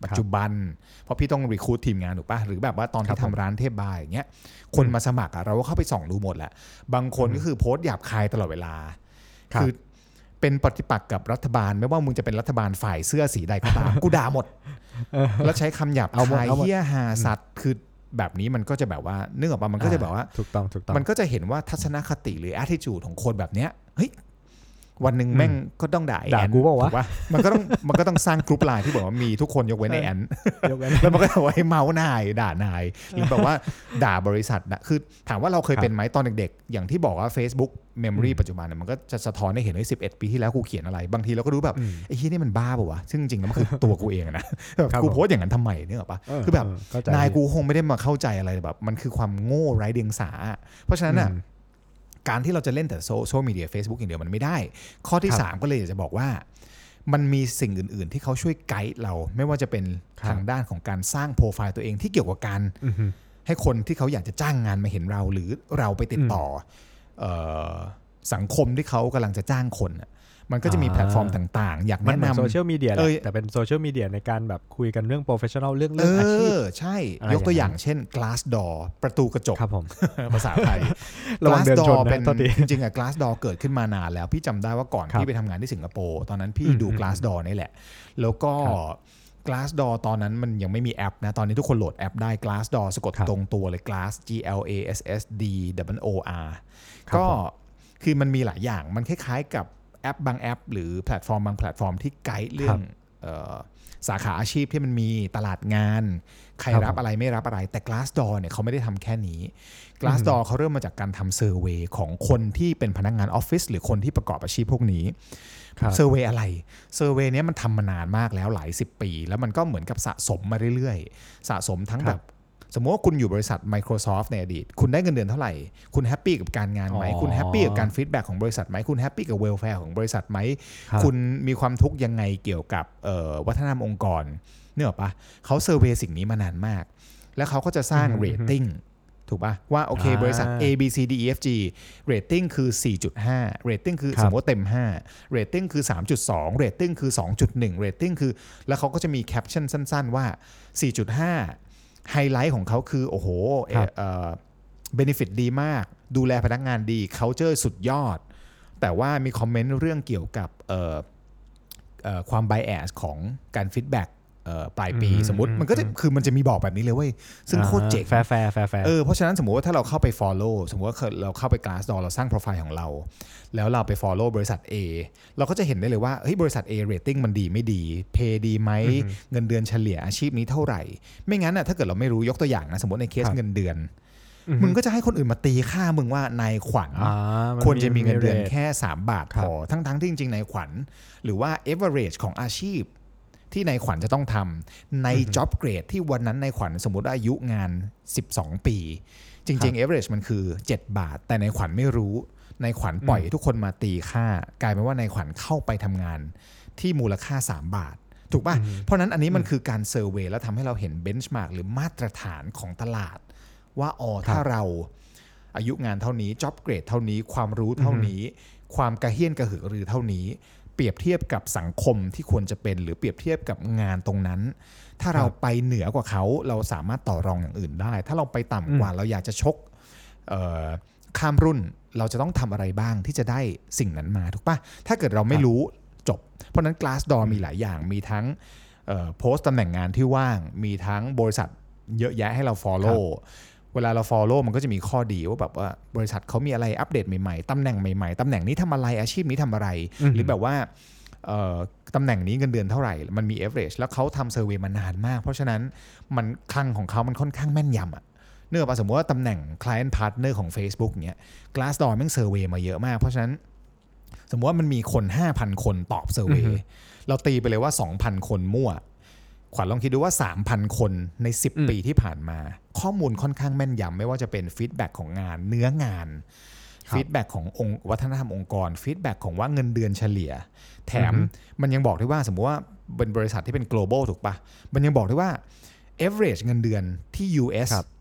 ปัจจุบันเพราะพี่ต้องรีคูททีมงานถูกป่ะหรือแบบว่าตอนที่ทำร้านเทพบายอย่างเงี้ยคนมาสมัครเราก็เข้าไปส่องดูหมดแหละบางคนก็คือโพสต์หยาบคายตลอดเวลาคือเป็นปฏิปักษ์กับรัฐบาลไม่ว่ามึงจะเป็นรัฐบาลฝ่ายเสื้อสีใดก็ตามกูด่าหมดแล้วใช้คำหยาบคายเหี้ยหาสัตว์คือแบบนี้มันก็จะแบบว่านึกออกป่ะมันก็จะแบบว่าถูกต้องถูกต้องมันก็จะเห็นว่าทัศนคติหรือ attitude ของคนแบบเนี้ยเฮ้ยวันหนึ่งแม่งก็ต้องด่าแอนกูบอกว่ามันก็ต้องมันก็ต้องสร้างกรุ๊ปไลน์ที่บอกว่ามีทุกคนยกเว้นไอแอนแล้วมันก็เอาไว้เมาส์นายด่านายหรือแบบว่าด่าบริษัทนะคือถามว่าเราเคยเป็นไหมตอนเด็กๆอย่างที่บอกว่า Facebook Memory ปัจจุบันเนี่ยมันก็จะสะท้อนให้เห็นว่าสิบเอ็ดปีที่แล้วกูเขียนอะไรบางทีเราก็รู้แบบไอ้ที่นี่มันบ้าป่ะวะซึ่งจริงๆแล้วมันคือตัวกูเองนะแบบกูโพสอย่างนั้นทำไมเนี่ยหรอปะคือแบบนายกูคงไม่ได้มาเข้าใจอะไรแบบมันคือความโง่ไร้เดียงสาเพราะฉะนั้นอ่ะการที่เราจะเล่นแต่โซเชียลมีเดีย Facebook อย่างเดียวมันไม่ได้ข้อที่สามก็เลยอยากจะบอกว่ามันมีสิ่งอื่นๆที่เขาช่วยไกด์เราไม่ว่าจะเป็นทางด้านของการสร้างโปรไฟล์ตัวเองที่เกี่ยวกับการให้คนที่เขาอยากจะจ้างงานมาเห็นเราหรือเราไปติดต่อสังคมที่เขากำลังจะจ้างคนมันก็จะมีแพลตฟอร์มต่างๆอยากแนะนำโซเชียลมีเดียแหละแต่เป็นโซเชียลมีเดียในการแบบคุยกันเรื่องโปรเฟชชั่นอลเรื่องเรื่องอาชีพใช่ยกตัวอย่างเช่น Glassdoor ประตูกระจกครับผมภาษาไทย Glassdoor เป็นจริงๆอะ Glassdoor เกิดขึ้นมานานแล้วพี่จำได้ว่าก่อนพี่ไปทำงานที่สิงคโปร์ตอนนั้นพี่ดู Glassdoor นี่แหละแล้วก็ Glassdoor ตอนนั้นมันยังไม่มีแอปนะตอนนี้ทุกคนโหลดแอปได้ Glassdoor สะกดตรงตัวเลย Glass G L A S S D O O R ก็คือมันมีหลายอย่างมันคล้ายๆกับแอปบางแอปหรือแพลตฟอร์มบางแพลตฟอร์มที่ไกด์เรื่องเอ่อสาขาอาชีพที่มันมีตลาดงานใครรับอะไรไม่รับอะไรแต่ Glassdoor เนี่ยเขาไม่ได้ทำแค่นี้ Glassdoor เขาเริ่มมาจากการทำเซอร์เวย์ของคนที่เป็นพนักงานออฟฟิศหรือคนที่ประกอบอาชีพพวกนี้เซอร์เวย์อะไรเซอร์เวย์นี้มันทำมานานมากแล้วหลายสิบปีแล้วมันก็เหมือนกับสะสมมาเรื่อยๆสะสมทั้งแบบสมมติว่าคุณอยู่บริษัท Microsoft ในอดีตคุณได้เงินเดือนเท่าไหร่คุณแฮปปี้กับการงานไหมคุณแฮปปี้กับการฟีดแบ็กของบริษัทไหมคุณแฮปปี้กับเวลแฟร์ของบริษัทไหมคุณมีความทุกข์ยังไงเกี่ยวกับวัฒนธรรมองค์กรเนี่ยหรอปะเขาเซอร์เวย์สิ่งนี้มานานมากแล้วเขาก็จะสร้างเรตติ้งถูกปะว่าโอเคบริษัท A B C D E F G เรตติ้งคือ สี่จุดห้า เรตติ้งคือสมมติเต็มห้าเรตติ้งคือ สามจุดสอง เรตติ้งคือ สองจุดหนึ่ง เรตติ้งคือแล้วเขาก็จะมีแคปชั่นสั้นๆว่า สี่จุดห้าไฮไลท์ของเขาคือโอ้โหเอ่อเบเนฟิตดีมากดูแลพนักงานดี culture สุดยอดแต่ว่ามีคอมเมนต์เรื่องเกี่ยวกับเอ่อเอ่อความ bias ของการฟีดแบ็กปลายปีสมมติมันก็จะคือมันจะมีบอกแบบนี้เลยเว้ยซึ่งโคตรเจ๋งแฟร์แฟร์แฟร์แฟร์เออเพราะฉะนั้นสมมติว่าถ้าเราเข้าไป follow สมมติว่าเราเข้าไป Glassdoor เราสร้างโปรไฟล์ของเราแล้วเราไป follow บริษัท A เราก็จะเห็นได้เลยว่าเฮ้ยบริษัท A rating มันดีไม่ดีเพย์ดีไหมเงินเดือนเฉลี่ยอาชีพนี้เท่าไหร่ไม่งั้นน่ะถ้าเกิดเราไม่รู้ยกตัวอย่างนะสมมติในเคสเงินเดือนมึงก็จะให้คนอื่นมาตีค่ามึงว่านายขวัญควรจะมีเงินเดือนแค่สามบาทพอทั้งๆที่จริงๆนายขวัญหรือว่า average ของอาชีพที่นายขวัญจะต้องทำใน job grade ที่วันนั้นนายขวัญสมมติอายุงานสิบสองปีจริงๆ average มันคือเจ็ดบาทแต่นายขวัญไม่รู้นายขวัญปล่อยทุกคนมาตีค่ากลายเป็นว่านายขวัญเข้าไปทำงานที่มูลค่าสามบาทถูกป่ะเพราะนั้นอันนี้มันคือการเซอร์เวย์แล้วทำให้เราเห็น benchmark หรือมาตรฐานของตลาดว่าอ๋อถ้าเราอายุงานเท่านี้ job grade เท่านี้ความรู้เท่านี้ความกระเฮี้ยนกระหือรือเท่านี้เปรียบเทียบกับสังคมที่ควรจะเป็นหรือเปรียบเทียบกับงานตรงนั้นถ้าเราไปเหนือกว่าเขาเราสามารถต่อรองอย่างอื่นได้ถ้าเราไปต่ำกว่าเราอยากจะชกข้ามรุ่นเราจะต้องทำอะไรบ้างที่จะได้สิ่งนั้นมาถูกปะถ้าเกิดเราไม่รู้จบเพราะนั้น Glassdoor มีหลายอย่างมีทั้งโพสต์ตำแหน่งงานที่ว่างมีทั้งบริษัทเยอะแยะให้เรา follow เวลาเรา follow มันก็จะมีข้อดีว่าแบบว่าบริษัทเขามีอะไรอัปเดตใหม่ๆตำแหน่งใหม่ๆตำแหน่งนี้ทำอะไรอาชีพนี้ทำอะไรหรือแบบว่าตำแหน่งนี้เงินเดือนเท่าไหร่มันมี average แล้วเขาทำเซอร์เวย์มานานมากเพราะฉะนั้นมันคลังของเขามันค่อนข้างแม่นยำอะเนื่องจากสมมติว่าตำแหน่ง client partner ของ Facebook เนี้ย Glassdoor แม่งเซอร์เวย์มาเยอะมากเพราะฉะนั้นสมมติว่ามันมีคน ห้าพัน คนตอบเซอร์เวย์เราตีไปเลยว่า สองพัน คนมั่วขวัญลองคิดดูว่า สามพัน คนในสิบปีที่ผ่านมาข้อมูลค่อนข้างแม่นยำไม่ว่าจะเป็นฟีดแบ็กของงานเนื้องานฟีดแบ็กขององค์วัฒนธรรมองค์กรฟีดแบ็กของว่าเงินเดือนเฉลี่ยแถมมันยังบอกได้ว่าสมมติว่าเป็นบริษัทที่เป็น global ถูกปะมันยังบอกได้ว่า average เงินเดือนที่ ยู เอส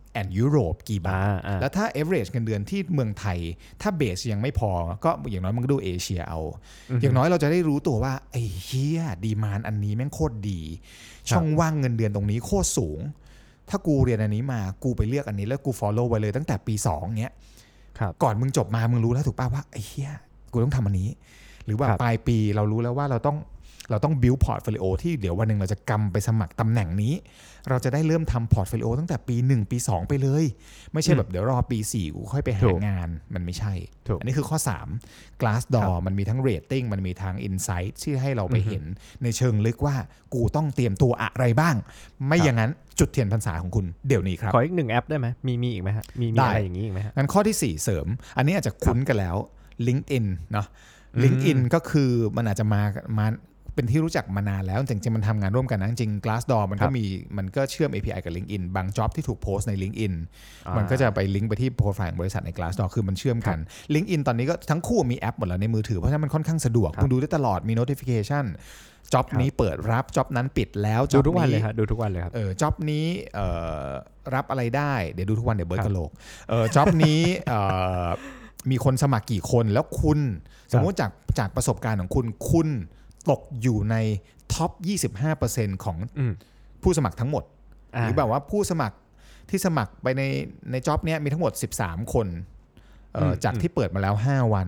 and Europe กี่บาทแล้วถ้า average เงินเดือนที่เมืองไทยถ้าเบสยังไม่พอก็อย่างน้อยมึงก็ดูเอเชียเอาอย่างน้อยเราจะได้รู้ตัวว่าไอ้เหี้ยดีมานด์อันนี้แม่งโคตรดีช่องว่างเงินเดือนตรงนี้โคตรสูงถ้ากูเรียนอันนี้มากูไปเลือกอันนี้แล้วกู follow ไว้เลยตั้งแต่ปีสองเงี้ยก่อนมึงจบมามึงรู้แล้วถูกป่ะว่าไอ้เหี้ยกูต้องทำอันนี้หรือว่าปลายปีเรารู้แล้วว่าเราต้องเราต้อง build portfolio ที่เดี๋ยววันนึงเราจะกำไปสมัครตำแหน่งนี้เราจะได้เริ่มทำ portfolio ตั้งแต่ปีหนึ่งปีสองไปเลยไม่ใช่แบบเดี๋ยวรอปีสี่กูค่อยไปหางานมันไม่ใช่อันนี้คือข้อสาม Glassdoor มันมีทั้ง rating มันมีทั้ง insight ที่ให้เราไปเห็นในเชิงลึกว่ากูต้องเตรียมตัวอะไรบ้างไม่อย่างนั้นจุดเทียนพรรษาของคุณเดี๋ยวนี้ครับขออีกหนึ่งแอปได้ไหมมีมีอีกไหมฮะมีมีอะไรอย่างนี้อีกไหมฮะงั้นข้อที่สี่เสริมอันนี้อาจจะคุ้นกันแล้ว LinkedIn เนาะ LinkedIn ก็คือมันอาจจะมามาเป็นที่รู้จักมานานแล้วจริงๆมันทำงานร่วมกันนะจริง Glassdoor มันก็มีมันก็เชื่อม เอ พี ไอ กับ LinkedIn บางจ็อบที่ถูกโพสต์ใน LinkedIn มันก็จะไปลิงก์ไปที่โปรไฟล์ของบริษัทใน Glassdoor คือมันเชื่อมกัน LinkedIn ตอนนี้ก็ทั้งคู่มีแอปหมดแล้วในมือถือเพราะฉะนั้นมันค่อนข้างสะดวกคุณดูได้ตลอดมี notification จ็อบนี้เปิดรับจ็อบนั้นปิดแล้วดูทุกวันเลยครับดูทุกวันเลยครับเออจ็อบนี้เอ่อรับอะไรได้เดี๋ยวดูทุกวันเดี๋ยวเบิร์ดกะโหลกเออจ็อบนี้เอ่อมีคนสมัครกี่คนแล้วคุณสมมติจากจากประสบการณ์ของคุณคุณตกอยู่ในท็อป ยี่สิบห้าเปอร์เซ็นต์ ของผู้สมัครทั้งหมดหรือแบบว่าผู้สมัครที่สมัครไปในในจ็อบเนี้ยมีทั้งหมดสิบสามคนจากที่เปิดมาแล้วห้าวัน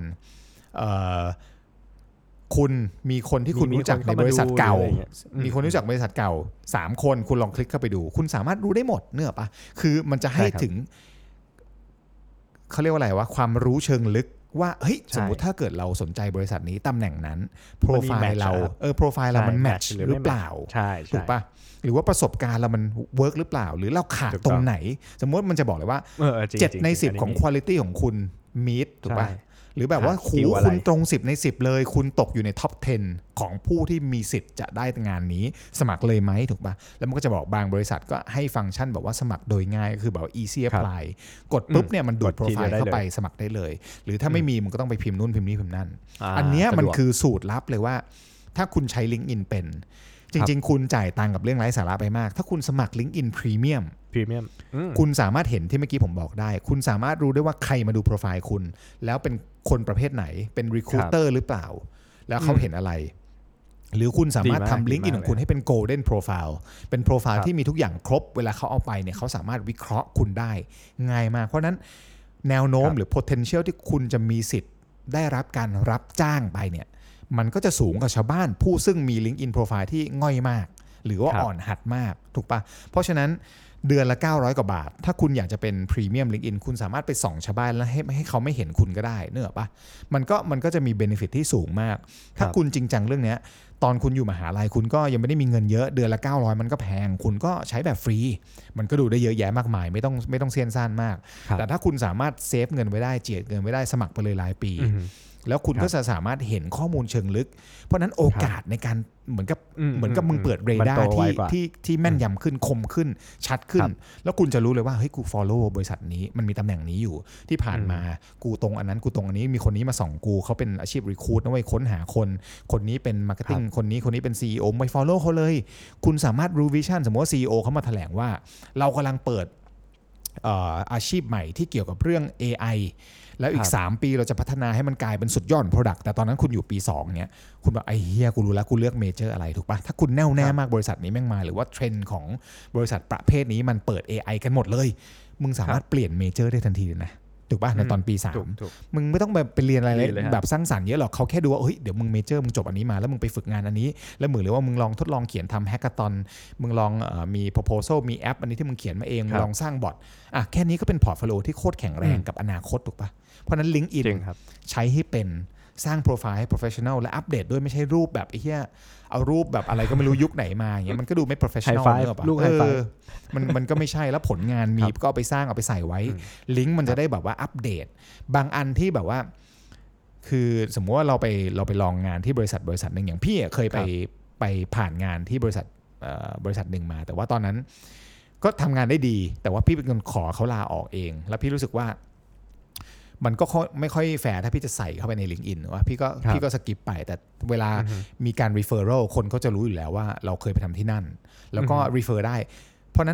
คุณมีคนที่คุณรู้จักในบริษัทเก่ามีคนรู้จักบริษัทเก่าสามคนคุณลองคลิกเข้าไปดูคุณสามารถรู้ได้หมดเนอะปะคือมันจะให้ถึงเขาเรียกว่าอะไรวะความรู้เชิงลึกว่าเฮ้ยสมมติถ้าเกิดเราสนใจบริษัทนี้ตำแหน่งนั้นโปรไฟล์เราเออโปรไฟล์เรามันแมทช์หรือเปล่าถูกปะหรือว่าประสบการณ์เรามันเวิร์กหรือเปล่าหรือเราขาดตรงไหนสมมติมันจะบอกเลยว่าเจ็ดในสิบของควอลิตี้ของคุณมีทถูกปะหรือแบบว่าคูคุณตรงสิบในสิบเลยคุณตกอยู่ในท็อปสิบของผู้ที่มีสิทธิ์จะได้งานนี้สมัครเลยไหมถูกปะแล้วมันก็จะบอกบางบริษัทก็ให้ฟังก์ชันบอกว่าสมัครโดยง่ายก็คือแบบ easy apply กดปุ๊บเนี่ยมันดูดโปรไฟล์เข้าไปสมัครได้เลยหรือถ้าไม่มีมันก็ต้องไปพิมพ์นู่นพิมพ์นี่พิมพ์นั่นอันนี้มันคือสูตรลับเลยว่าถ้าคุณใช้ LinkedIn เป็นจริงๆคุณจ่ายตังค์กับเรื่องไร้สาระไปมากถ้าคุณสมัคร LinkedIn Premium Premium คุณสามารถเห็นที่เมื่อกี้ผมบอกได้คุณสามารถรู้ได้ว่าใครมาดูโปรไฟล์คุณแล้วเป็นคนประเภทไหนเป็น Recruiter หรือเปล่าแล้วเขาเห็นอะไรหรือคุณสามารถทำ LinkedIn ของคุณให้เป็น Golden Profile เป็นโปรไฟล์ที่มีทุกอย่างครบเวลาเขาเอาไปเนี่ยเขาสามารถวิเคราะห์คุณได้ง่ายมากเพราะนั้นแนวโน้มหรือ potential ที่คุณจะมีสิทธิ์ได้รับการรับจ้างไปเนี่ยมันก็จะสูงกว่าชาวบ้านผู้ซึ่งมี LinkedIn Profile ที่ง่อยมากหรือว่าอ่อนหัดมากถูกปะเพราะฉะนั้นเดือนละเก้าร้อยกว่าบาทถ้าคุณอยากจะเป็นพรีเมียม LinkedIn คุณสามารถไปส่องชาวบ้านแล้วให้ให้เขาไม่เห็นคุณก็ได้เนอะปะมันก็มันก็จะมีเบเนฟิตที่สูงมากถ้าคุณจริงจังเรื่องนี้ตอนคุณอยู่มหาลัยคุณก็ยังไม่ได้มีเงินเยอะเดือนละเก้าร้อยมันก็แพงคุณก็ใช้แบบฟรีมันก็ดูได้เยอะแยะมากมายไม่ต้องไม่ต้องเสี้ยนซ่านมากแต่ถ้าคุณสามารถเซฟเงินไว้ได้เจียดเงินไว้ได้สมัครไปเลยรายปีแล้วคุณก็จะสามารถเห็นข้อมูลเชิงลึกเพราะนั้นโอกาสในการเหมือนกับเหมือนกับมึงเปิดเรดาร์ที่ที่ที่แม่นยำขึ้นคมขึ้นชัดขึ้นแล้วคุณจะรู้เลยว่าเฮ้ยกู follow บริษัทนี้มันมีตำแหน่งนี้อยู่ที่ผ่านมากูตรงอันนั้นกูตรงอันนี้มีคนนี้มาส่องกูเขาเป็นอาชีพ recruit นะเว้ยค้นหาคนคนนี้เป็น marketing คนนี้คนนี้เป็น ซี อี โอ ไม่ follow เขาเลยคุณสามารถรู้วิชั่นสมมติว่า ซี อี โอ เขามาแถลงว่าเรากำลังเปิดอาชีพใหม่ที่เกี่ยวกับเรื่อง เอ ไอแล้วอีกสามปีเราจะพัฒนาให้มันกลายเป็นสุดยอด product แต่ตอนนั้นคุณอยู่ปีสองเนี้ยคุณบอกไอ้เหี้ยกูรู้แล้วกูเลือกเมเจอร์อะไรถูกปะถ้าคุณแน่วแน่มากบริษัทนี้แม่งมาหรือว่าเทรนด์ของบริษัทประเภทนี้มันเปิด เอ ไอ กันหมดเลยมึงสามารถเปลี่ยนเมเจอร์ได้ทันทีเลยนะถูกปะในตอนปีสามมึงไม่ต้องแบบไปเรียนอะไรแบบสร้างสรรค์เยอะหรอกเขาแค่ดูว่าเฮ้ยเดี๋ยวมึงเมเจอร์มึงจบอันนี้มาแล้วมึงไปฝึกงานอันนี้แล้วเหมือนหรือว่ามึงลองทดลองเขียนทำแฮกเกอร์ตอนมึงลองมี proposal มีแอปอันนี้ที่มึงเขียนมาเองลองสร้างบอทอ่ะแค่นี้ก็เป็นพอร์ตโฟลิโอที่โคตรแข็งแรงกับอนาคตถูกปะเพราะนั้น LinkedIn ใช้ให้เป็นสร้างโปรไฟล์ให้ professional และอัปเดตด้วยไม่ใช่รูปแบบไอ้เหี้ยเอารูปแบบอะไรก็ไม่รู้ยุคไหนมาอย่างเงี้ยมันก็ดูไม่ professional เนอะป่ะเออมันมันก็ไม่ใช่แล้วผลงานมีก็เอาไปสร้างเอาไปใส่ไว้ลิงก์มันจะได้แบบว่าอัปเดตบางอันที่แบบว่าคือสมมติว่าเราไปเราไปลองงานที่บริษัทบริษัทนึงอย่างพี่เคยไปไปผ่านงานที่บริษัทบริษัทนึงมาแต่ว่าตอนนั้นก็ทำงานได้ดีแต่ว่าพี่เป็นคนขอเขาลาออกเองแล้วพี่รู้สึกว่ามันก็ไม่ค่อยแฟร์ถ้าพี่จะใส่เข้าไปใน LinkedIn ว่าพี่ก็พี่ก็สกิปไปแต่เวลามีการ referral คนก็จะรู้อยู่แล้วว่าเราเคยไปทำที่นั่นแล้วก็ refer ได้เพราะนั้น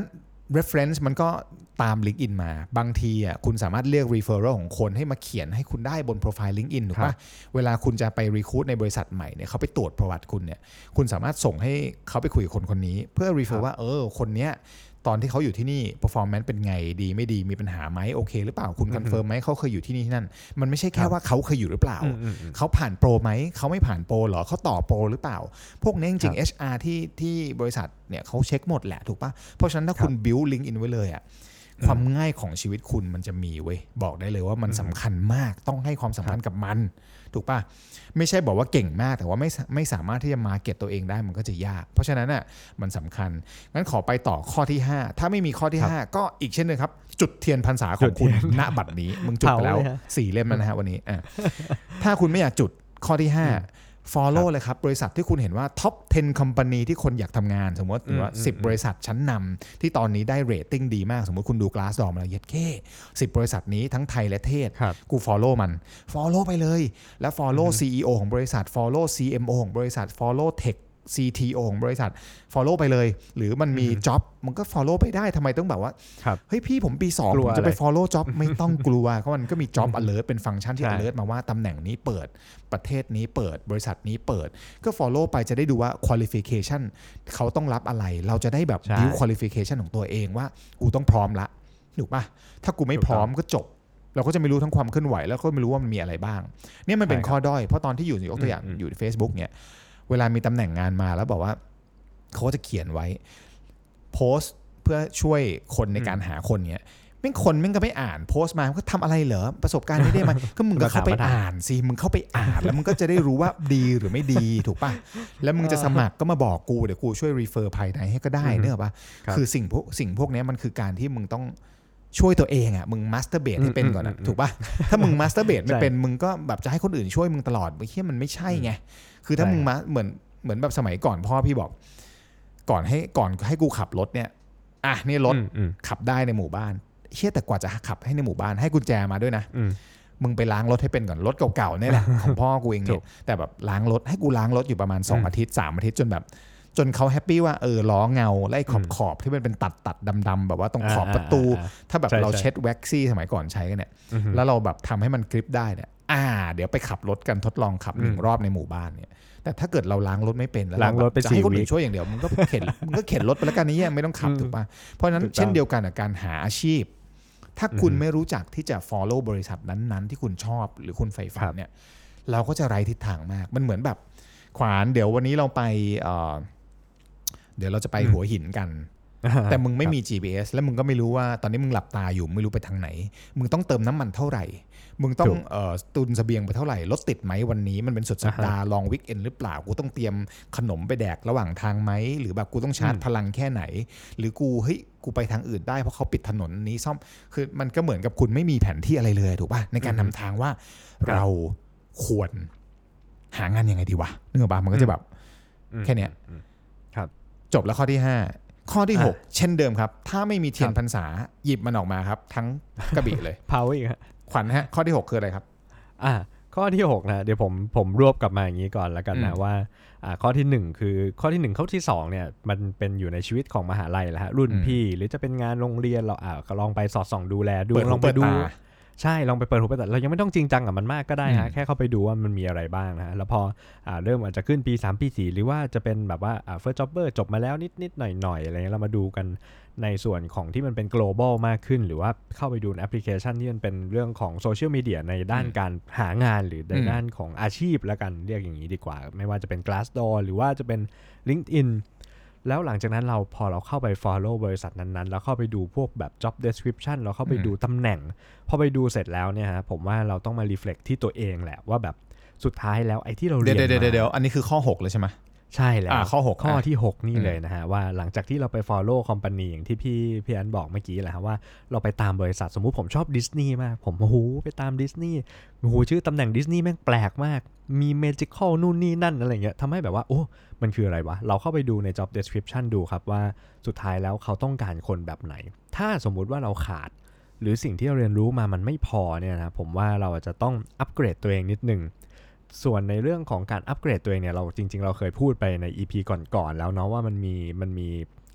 reference มันก็ตาม LinkedIn มาบางทีอ่ะคุณสามารถเลือก referral ของคนให้มาเขียนให้คุณได้บนโปรไฟล์ LinkedIn ถูกป่ะเวลาคุณจะไป recruit ในบริษัทใหม่เนี่ยเขาไปตรวจประวัติคุณเนี่ยคุณสามารถส่งให้เขาไปคุยกับคนคนนี้เพื่อ refer ว่าเออคนเนี้ยตอนที่เขาอยู่ที่นี่ performance เป็นไงดีไม่ดีมีปัญหาไหมโอเคหรือเปล่าคุณคอนเฟิร์มไหมเขาเคยอยู่ที่นี่ที่นั่นมันไม่ใช่แค่ว่าเขาเคยอยู่หรือเปล่าเขาผ่านโปรไหมเขาไม่ผ่านโปรหรอเขาต่อโปรหรือเปล่าพวกนี้จริงๆ เอช อาร์ ที่ที่บริษัทเนี่ยเขาเช็คหมดแหละถูกปะเพราะฉะนั้นถ้าคุณ build LinkedIn ไว้เลยอ่ะความง่ายของชีวิตคุณมันจะมีเว้ยบอกได้เลยว่ามันสำคัญมากต้องให้ความสำคัญกับมันถูกปะไม่ใช่บอกว่าเก่งมากแต่ว่าไม่ไม่สามารถที่จะมาเก็ตตัวเองได้มันก็จะยากเพราะฉะนั้นน่ะมันสำคัญงั้นขอไปต่อข้อที่ห้าถ้าไม่มีข้อที่ห้าก็อีกเช่นนึงครับจุดเทียนพรรษาของคุณณบัดนี้มึงจุดไปแล้วสี่เล่มแล้วนะฮะวันนี้ถ้าคุณไม่อยากจุดข้อที่ห้าfollow เลยครับบริษัทที่คุณเห็นว่า top สิบ company ที่คนอยากทำงานสมมติว่าสิบบริษัทชั้นนำที่ตอนนี้ได้เรตติ้งดีมากสมมติคุณดู Glassdoor มาแล้วเย็ดแค่สิบบริษัทนี้ทั้งไทยและเทศกู follow มัน follow ไปเลยแล้ว follow ซี อี โอ ของบริษัท follow ซี เอ็ม โอ ของบริษัท follow techซี ที โอ ของบริษัท follow ไปเลยหรือมันมี job มันก็ follow ไปได้ทำไมต้องแบบว่าเฮ้ยพี่ผมปีสองผมจะไป follow job ไม่ต้องกลัวเพราะมันก็มี job alert เป็นฟังก์ชันที่ alert มาว่าตำแหน่งนี้เปิดประเทศนี้เปิดบริษัทนี้เปิดก็ follow ไปจะได้ดูว่า qualification เขาต้องรับอะไรเราจะได้แบบ build qualification ของตัวเองว่ากูต้องพร้อมละถูกป่ะถ้ากูไม่พร้อมก็จบเราก็จะไม่รู้ทั้งความเคลื่อนไหวแล้วก็ไม่รู้ว่ามันมีอะไรบ้างเนี่ยมันเป็นข้อด้อยเพราะตอนที่อยู่ยกตัวอย่างอยู่ใน Facebook เนี่ยเวลามีตำแหน่งงานมาแล้วบอกว่าเขาจะเขียนไว้โพสต์เพื่อช่วยคนในการหาคนเนี้ยแม่งคนแม่งก็ไม่อ่านโพสต์มาก็ทำอะไรเหรอประสบการณ์นี้ได้ไหมก็มึงก็เข้าไปอ่านสิมึงเข้าไปอ่านแล้วมึงก็จะได้รู้ว่าดีหรือไม่ดีถูกป่ะแล้วมึงจะสมัครก็มาบอกกูเดี๋ยวกูช่วยรีเฟอร์ภายในให้ก็ได้เนอะป่ะคือสิ่งพวกสิ่งพวกนี้มันคือการที่มึงต้องช่วยตัวเองอ่ะมึงมาสเตอร์เบทให้เป็นก่อนนะถูกป่ะถ้ามึงมาสเตอร์เบทไม่เป็นมึงก็แบบจะให้คนอื่นช่วยมึงตลอดไอ้เหี้ยมันไม่ใช่ไงคือถ้ามึงมาเหมือนเหมือนแบบสมัยก่อนพ่อพี่บอกก่อนให้ก่อนให้กูขับรถเนี่ยอ่ะนี่รถขับได้ในหมู่บ้านเชี่ยแต่กว่าจะขับให้ในหมู่บ้านให้กุญแจมาด้วยนะมึงไปล้างรถให้เป็นก่อนรถเก่าๆนี่แหละ ของพ่อกูเองเนี่ยแต่แบบล้างรถให้กูล้างรถอยู่ประมาณสองอาทิตย์สามอาทิตย์จนแบบจนเขาแฮปปี้ว่าเออล้อเงาและขอบขอบที่มันเป็นตัดตัดดำๆแบบว่าตรงขอบประตูถ้าแบบเราเช็ดแว็กซี่สมัยก่อนใช้กันเนี่ยแล้วเราแบบทำให้มันกริปได้เนี่ยอ่าเดี๋ยวไปขับรถกันทดลองขับหนึ่งรอบในหมู่บ้านเนี่ยแต่ถ้าเกิดเราล้างรถไม่เป็นแล้วเราจะให้คนอื่นช่วยอย่างเดียวมึงก็เข็นมึงก็เข็นรถไปแล้วกันนี้ไม่ต้องขับถูกป่ะเพราะฉะนั้นเช่นเดียวกันกับการหาอาชีพถ้าคุณไม่รู้จักที่จะ follow บริษัทนั้นๆที่คุณชอบหรือคุณใฝ่ฝันเนี่ยเราก็จะไร้ทิศทางมากมันเหมือนแบบขวานเดี๋ยววันนี้เราไปเอ่อเดี๋ยวเราจะไปหัวหินกันแต่มึงไม่มี จี พี เอส แล้วมึงก็ไม่รู้ว่าตอนนี้มึงหลับตาอยู่ไม่รู้ไปทางไหนมึงต้องเติมน้ำมันเท่าไหร่มึงต้องเอ่อตุนเสบียงไปเท่าไหร่รถติดไหมวันนี้มันเป็นสุดสัปดาห์ลองวิกเอนด์หรือเปล่ากูต้องเตรียมขนมไปแดกระหว่างทางไหมหรือแบบกูต้องชาร์จพลังแค่ไหนหรือกูเฮ้ยกูไปทางอื่นได้เพราะเขาปิดถนนนี้ซ่อมคือมันก็เหมือนกับคุณไม่มีแผนที่อะไรเลยถูกป่ะในการนำทางว่าเราควรหางานยังไงดีวะนึกออกป่ะมันก็จะแบบแค่เนี้ยจบแล้วข้อที่ห้าข้อที่หกเช่นเดิมครับถ้าไม่มีเทียนพรรษาหยิบมันออกมาครับทั้งกระบี่เลยเผาอีกฮะขวัญฮะข้อที่หกคืออะไรครับอ่าข้อที่หกนะเดี๋ยวผมผมรวบกลับมาอย่างนี้ก่อนแล้วกันนะว่าอ่าข้อที่หนึ่งคือข้อที่หนึ่งข้อที่สองเนี่ยมันเป็นอยู่ในชีวิตของมหาลัยแหละฮะรุ่นพี่หรือจะเป็นงานโรงเรียนเราอ่าก็ลองไปสอดส่องดูแลดูลองไปดูใช่ลองไปเปิดหูเปิดตาเรายังไม่ต้องจริงจังกับมันมากก็ได้ฮะแค่เข้าไปดูว่ามันมีอะไรบ้างนะฮะแล้วพออ่าเริ่มอาจจะขึ้นปีสามปีสี่หรือว่าจะเป็นแบบว่าอ่า first jobber จบมาแล้วนิดๆหน่อยๆอะไรเงี้ยเรามาดูกันในส่วนของที่มันเป็น global มากขึ้นหรือว่าเข้าไปดูในแอปพลิเคชันที่มันเป็นเรื่องของโซเชียลมีเดียในด้านการหางานหรือในด้านของอาชีพแล้วกันเรียกอย่างนี้ดีกว่าไม่ว่าจะเป็น Glassdoor หรือว่าจะเป็น LinkedInแล้วหลังจากนั้นเราพอเราเข้าไป follow บริษัทนั้นๆแล้วเข้าไปดูพวกแบบ job description เราเข้าไปดูตำแหน่งพอไปดูเสร็จแล้วเนี่ยฮะผมว่าเราต้องมา reflect ที่ตัวเองแหละว่าแบบสุดท้ายแล้วไอ้ที่เราเรียนมาเดี๋ยวๆเดี๋ยวอันนี้คือข้อหกเลยใช่ไหมใช่แล้วข้อหกข้อที่หกนี่เลยนะฮะว่าหลังจากที่เราไป follow company อย่างที่พี่พี่อันบอกเมื่อกี้แหละฮะว่าเราไปตามบริษัทสมมุติผมชอบดิสนีย์มากผมโอ้โหไปตามดิสนีย์โอ้โหชื่อตำแหน่งดิสนีย์แม่งแปลกมากมี magical นู่นนี่นั่นอะไรเงี้ยทำให้แบบว่าโอ้มันคืออะไรวะเราเข้าไปดูใน job description ดูครับว่าสุดท้ายแล้วเขาต้องการคนแบบไหนถ้าสมมุติว่าเราขาดหรือสิ่งที่เราเรียนรู้มามันไม่พอเนี่ยนะผมว่าเราจะต้องอัปเกรดตัวเองนิดนึงส่วนในเรื่องของการอัปเกรดตัวเองเนี่ยเราจริงๆเราเคยพูดไปใน อี พี ก่อนๆแล้วเนาะว่ามันมีมันมี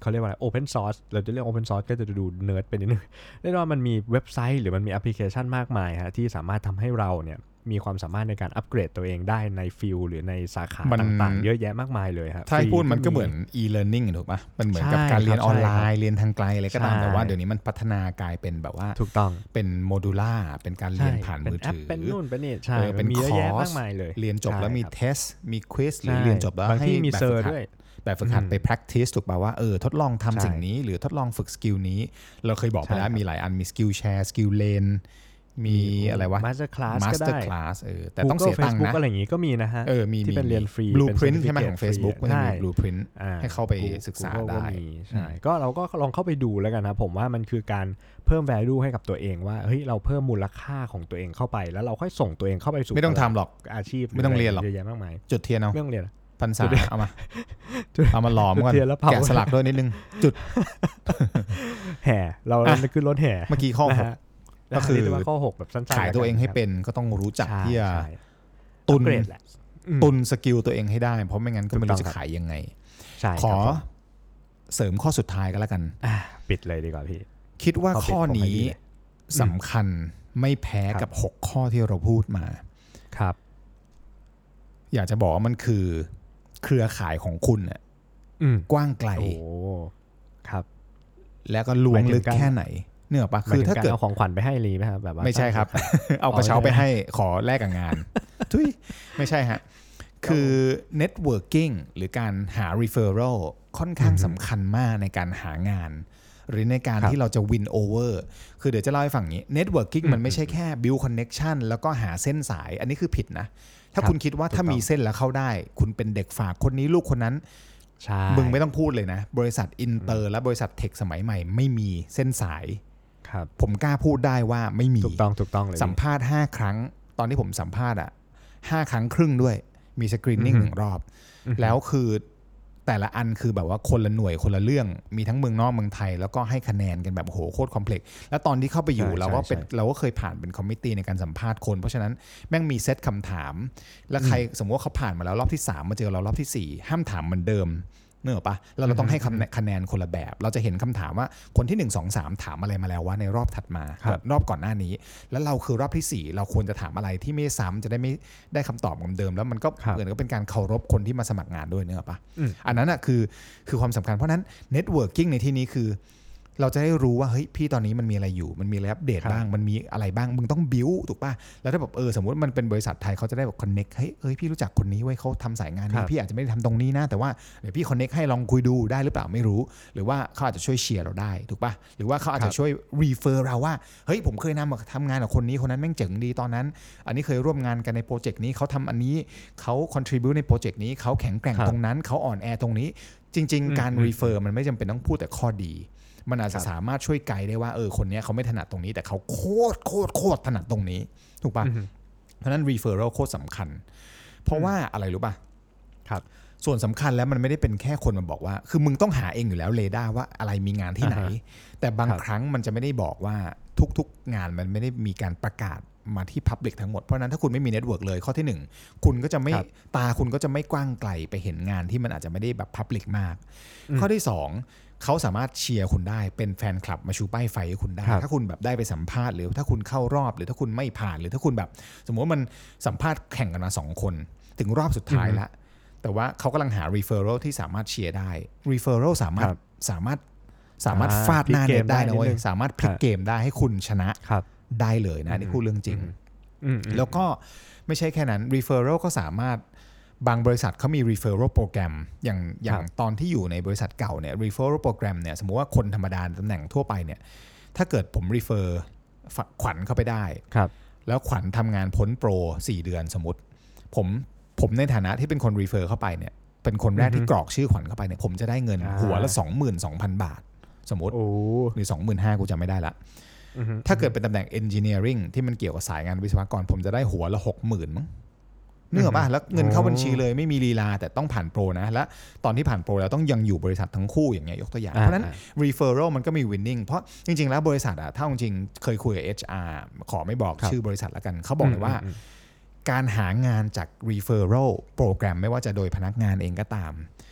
เขาเรียกว่าอะไร open source เราจะเรียก open source ก็จะดูเนิร์ดไปนิดนึงเรียกว่ามันมีเว็บไซต์หรือมันมีแอปพลิเคชันมากมายฮะที่สามารถทำให้เราเนี่ยมีความสามารถในการอัปเกรดตัวเองได้ในฟิลหรือในสาขาต่างๆเยอะแยะมากมายเลยครับถ้าพูดมันก็เหมือน e-learning ถูกปะมันเหมือนกับการเรียนออนไลน์เรียนทางไกลอะไรก็ตามแต่ว่าเดี๋ยวนี้มันพัฒนากลายเป็นแบบว่าถูกต้องเป็นโมดูล่าเป็นการเรียนผ่านมือถือเป็นนู่นเป็นนี่ใช่เป็นมีเยอะแยะมากมายเลยเรียนจบแล้วมีเทสมีควิซหรือเรียนจบแล้วให้มีเซอร์ด้วยแบบฝึกหัดไป practice ถูกป่าวว่าเออทดลองทำสิ่งนี้หรือทดลองฝึกสกิลนี้เราเคยบอกไปแล้วมีหลายอันมีสกิลแชร์สกิลเลนมีอะไรวะ Master Class ก็ได้ Master Class เออแต่ต้องเสียตังค์นะอะไรอย่างงี้ก็มีนะฮะเออมีที่เป็นเรียนฟรี Blueprint ใช่ไหมของ Facebook มันมี Blueprint ให้เข้าไปศึกษาได้ใช่ก็เราก็ลองเข้าไปดูแล้วกันนะผมว่ามันคือการเพิ่ม value ให้กับตัวเองว่าเฮ้ยเราเพิ่มมูลค่าของตัวเองเข้าไปแล้วเราค่อยส่งตัวเองเข้าไปสู่ไม่ต้องทำหรอกอาชีพไม่ต้องเรียนหรอกเยอะแยะมากมายจุดเทียนเอาไม่ต้องเรียนพรรษาเอามาเอามาหลอมก่อนแกะสลักด้วยนิดนึงจุดแห่เราขึ้นรถแห่เมื่อกี้ข้อหกก็คือข้อหกแบบสั้นๆขายตัวเองให้เป็นก็ต้องรู้จักที่จะตุนตุนสกิลตัวเองให้ได้เพราะไม่งั้นก็ไม่รู้จะขายยังไงขอเสริมข้อสุดท้ายก็แล้วกันปิดเลยดีกว่าพี่คิดว่าข้อนี้สำคัญไม่แพ้กับหกข้อที่เราพูดมาครับอยากจะบอกว่ามันคือเครือข่ายของคุณน่ะกว้างไกลโอ้ครับแล้วก็ล้วงลึกแค่ไหนเนื้อปะคือถ้าเกิดเอาของขวัญไปให้ลีไหมครับแบบว่าไม่ใช่ครับเอากระเช้าไปให้ขอแลกกับงานทุยไม่ใช่ฮะคือ networking หรือการหา referral ค่อนข้างสำคัญมากในการหางานหรือในการที่เราจะ win over คือเดี๋ยวจะเล่าให้ฟังนี้ networking มันไม่ใช่แค่ build connection แล้วก็หาเส้นสายอันนี้คือผิดนะถ้าคุณคิดว่าถ้ามีเส้นแล้วเข้าได้คุณเป็นเด็กฝากคนนี้ลูกคนนั้นมึงไม่ต้องพูดเลยนะบริษัทอินเตอร์และบริษัทเทคสมัยใหม่ไม่มีเส้นสายผมกล้าพูดได้ว่าไม่มีถูกต้องถูกต้องเลยสัมภาษณ์ห้าครั้งตอนที่ผมสัมภาษณ์อ่ะห้าครั้งครึ่งด้วยมีสกรีนนิ่งหนึ่งรอบแล้วคือแต่ละอันคือแบบว่าคนละหน่วยคนละเรื่องมีทั้งเมืองนอกเมืองไทยแล้วก็ให้คะแนนกันแบบโหโคตรคอมเพล็กซ์แล้วตอนที่เข้าไปอยู่เราก็เป็นเราก็เคยผ่านเป็นคอมมิตตี้ในการสัมภาษณ์คนเพราะฉะนั้นแม่งมีเซตคำถามแล้วใครสมมติว่าเขาผ่านมาแล้วรอบที่สามมาเจอเรารอบที่สี่ห้ามถามเหมือนเดิมเนอะปะแล้วเราต้องให้คะแนนคนละแบบเราจะเห็นคำถามว่าคนที่หนึ่ง สอง สามถามอะไรมาแล้วว่าในรอบถัดมารอบก่อนหน้านี้แล้วเราคือรอบที่สี่เราควรจะถามอะไรที่ไม่ซ้ำจะได้ไม่ได้คำตอบเหมือนเดิมแล้วมันก็เหมือนก็เป็นการเคารพคนที่มาสมัครงานด้วยเนอะปะอันนั้นอ่ะคือคือความสำคัญเพราะนั้น networking ในที่นี้คือเราจะได้รู้ว่าเฮ้ยพี่ตอนนี้มันมีอะไรอยู่มันมีอะไรอัปเดตบ้างมันมีอะไรบ้างมึงต้องบิ้วถูกป่ะแล้วถ้าแบบเออสมมติมันเป็นบริษัทไทยเขาจะได้แบบคอนเน็กเฮ้ยเอ้ยพี่รู้จักคนนี้ไว้เขาทำสายงานนี้พี่อาจจะไม่ได้ทำตรงนี้นะแต่ว่าเดี๋ยวพี่คอนเน็กให้ลองคุยดูได้หรือเปล่าไม่รู้หรือว่าเขาอาจจะช่วยเชียร์เราได้ถูกป่ะหรือว่าเขาอาจจะช่วยรีเฟอร์เราว่าเฮ้ยผมเคยนำมาทำงานกับคนนี้คนนั้นแม่งเจ๋งดีตอนนั้นอันนี้เคยร่วมงานกันในโปรเจกต์นี้เขาทำอันนี้เขาคอนทริบิวต์ในโปรเจกต์นี้เขาแข็งแกร่งตรงนั้นเขาอ่อนแอตรงนี้จริงๆการรีเฟอร์มันไม่จำเป็นต้องพูดแต่ข้อดีมันอาจจะสามารถช่วยไกด์ได้ว่าเออคนนี้เขาไม่ถนัดตรงนี้แต่เขาโคตรโคตรโคตรถนัดตรงนี้ถูกป่ะเพราะนั้น referral โคตรสำคัญเพราะว่าอะไรรู้ป่ะครับส่วนสำคัญแล้วมันไม่ได้เป็นแค่คนมาบอกว่าคือมึงต้องหาเองอยู่แล้วเรดาร์ว่าอะไรมีงานที่ไหนแต่บางครั้งมันจะไม่ได้บอกว่าทุกๆงานมันไม่ได้มีการประกาศมาที่ Public ทั้งหมดเพราะนั้นถ้าคุณไม่มี Network เลยข้อที่หนึ่งคุณก็จะไม่ตาคุณก็จะไม่กว้างไกลไปเห็นงานที่มันอาจจะไม่ได้แบบ Public มากข้อที่สองเขาสามารถเชียร์คุณได้เป็นแฟนคลับมาชูป้ายไฟให้คุณได้ถ้าคุณแบบได้ไปสัมภาษณ์หรือถ้าคุณเข้ารอบหรือถ้าคุณไม่ผ่านหรือถ้าคุณแบบสมมติว่ามันสัมภาษณ์แข่งกันมาสองคนถึงรอบสุดท้ายแล้วแต่ว่าเขากำลังหา referral ที่สามารถเชียร์ได้ referral สามารถสามารถสามารถฟาดหน้าเน็ตได้นะเว้ยสามารถพลิกเกมได้ให้คุณชนะได้เลยนะนี่พูดเรื่องจริงแล้วก็ไม่ใช่แค่นั้น referral ก็สามารถบางบริษัทเขามี referral โปรแกรมอย่างอย่างตอนที่อยู่ในบริษัทเก่าเนี่ย referral โปรแกรมเนี่ยสมมุติว่าคนธรรมดาตำแหน่งทั่วไปเนี่ยถ้าเกิดผม refer ขวัญเข้าไปได้แล้วขวัญทำงานพ้นโปรสี่เดือนสมมติผมผมในฐานะที่เป็นคน refer เข้าไปเนี่ยเป็นคนแรกที่กรอกชื่อขวัญเข้าไปเนี่ยผมจะได้เงินหัวละ สองหมื่นสองพัน บาทสมมติหรือ สองหมื่นห้าพัน กูจำไม่ได้ละถ้าเกิดเป็นตำแหน่ง engineering ที่มันเกี่ยวกับสายงานวิศวกรผมจะได้หัวละ หกหมื่น มั้งเนื้อป่ะแล้วเงินเข้าบัญชีเลยไม่มีลีลาแต่ต้องผ่านโปรนะและตอนที่ผ่านโปรแล้วต้องยังอยู่บริษัททั้งคู่อย่างเงี้ยยกตัวอย่างเพราะนั้น referral มันก็มี winning เพราะจริงๆแล้วบริษัทอะถ้าจริงเคยคุยกับ เอช อาร์ ขอไม่บอกชื่อบริษัทแล้วกันเขาบอกเลยว่าการหางานจาก referral โปรแกรมไม่ว่าจะโดยพนักงานเองก็ตาม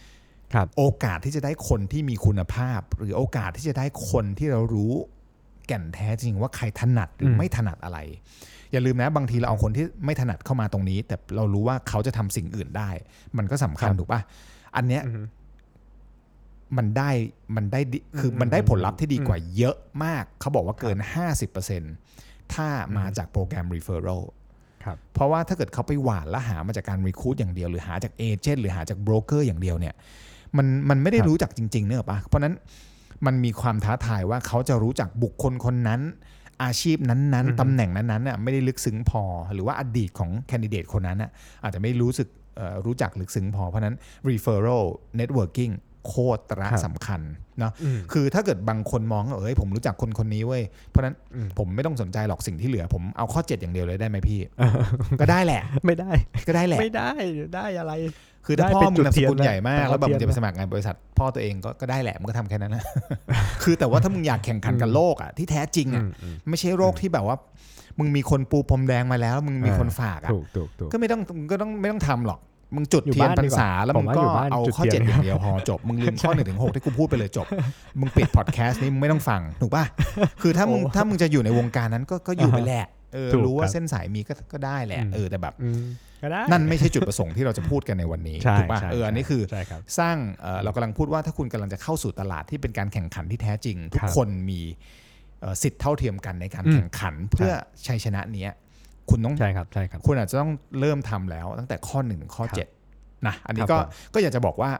โอกาสที่จะได้คนที่มีคุณภาพหรือโอกาสที่จะได้คนที่เรารู้แก่นแท้จริงว่าใครถนัดหรือไม่ถนัดอะไรอย่าลืมนะบางทีเราเอาคนที่ไม่ถนัดเข้ามาตรงนี้แต่เรารู้ว่าเขาจะทำสิ่งอื่นได้มันก็สำคัญถูกป่ะอันเนี้ยมันได้มันได้คือมันได้ผลลัพธ์ที่ดีกว่าเยอะมากเขาบอกว่าเกิน ห้าสิบเปอร์เซ็นต์ ถ้ามาจากโปรแกรม referral เพราะว่าถ้าเกิดเขาไปหว่านแล้วหามาจากการ recruit อย่างเดียวหรือหาจากเอเจนต์หรือหาจากโบรกเกอร์อย่างเดียวเนี่ยมันมันไม่ได้รู้จักจริงๆเนอะป่ะเพราะนั้นมันมีความท้าทายว่าเขาจะรู้จักบุคคลคนนั้นอาชีพนั้นๆตำแหน่งนั้นๆน่ะไม่ได้ลึกซึ้งพอหรือว่าอดีตของแคนดิเดตคนนั้นน่ะอาจจะไม่รู้สึกรู้จักลึกซึ้งพอเพราะนั้น referral networking โคตรสำคัญเนาะคือถ้าเกิดบางคนมองว่าเอ้ยผมรู้จักคนคนนี้เว้ยเพราะนั้นผมไม่ต้องสนใจหรอกสิ่งที่เหลือผมเอาข้อเจ็ดอย่างเดียวเลยได้ไหมพี่ก็ได้แหละไม่ได้ก็ได้แหละไม่ได้ได้อะไรคือถ้าพ่อมึงนามสกุลใหญ่มากแล้วแบบมึงจะไปสมัครงานบริษัทพ่อตัวเองก็ก็ได้แหละมึงก็ทำแค่นั้นนะคือแต่ว่าถ้ามึงอยากแข่งขันกับโลกอ่ะที่แท้จริงอ่ะไม่ใช่โรคที่แบบว่ามึงมีคนปูพรมแดงมาแล้วมึงมีคนฝากอ่ะก็ไม่ต้องก็ต้องไม่ต้องทำหรอกมึงจุดเทียนพรรษาแล้วมึงก็เอาข้อเจ็ดอย่างเดียวพอจบมึงลืมข้อหนึ่งถึงหกที่กูพูดไปเลยจบมึงปิดพอดแคสต์นี้มึงไม่ต้องฟังถูกป่ะคือถ้ามึงถ้ามึงจะอยู่ในวงการนั้นก็ก็อยู่ไปแหละเออรู้ว่าเส้นสายมีก็ก็ได้แหละเออแต่แบบนั่นไม่ใช่จุดประสงค์ที่เราจะพูดกันในวันนี้ถูกป่ะเอออันนี้คือสร้างเรากำลังพูดว่าถ้าคุณกำลังจะเข้าสู่ตลาดที่เป็นการแข่งขันที่แท้จริงทุกคนมีสิทธิ์เท่าเทียมกันในการแข่งขันเพื่อชัยชนะนี้คุณต้องใช่ครับใช่ครับคุณอาจจะต้องเริ่มทำแล้วตั้งแต่ข้อหนึ่งถึงข้อเจ็ดนะอันนี้ก็ก็อยากจะบอกว่า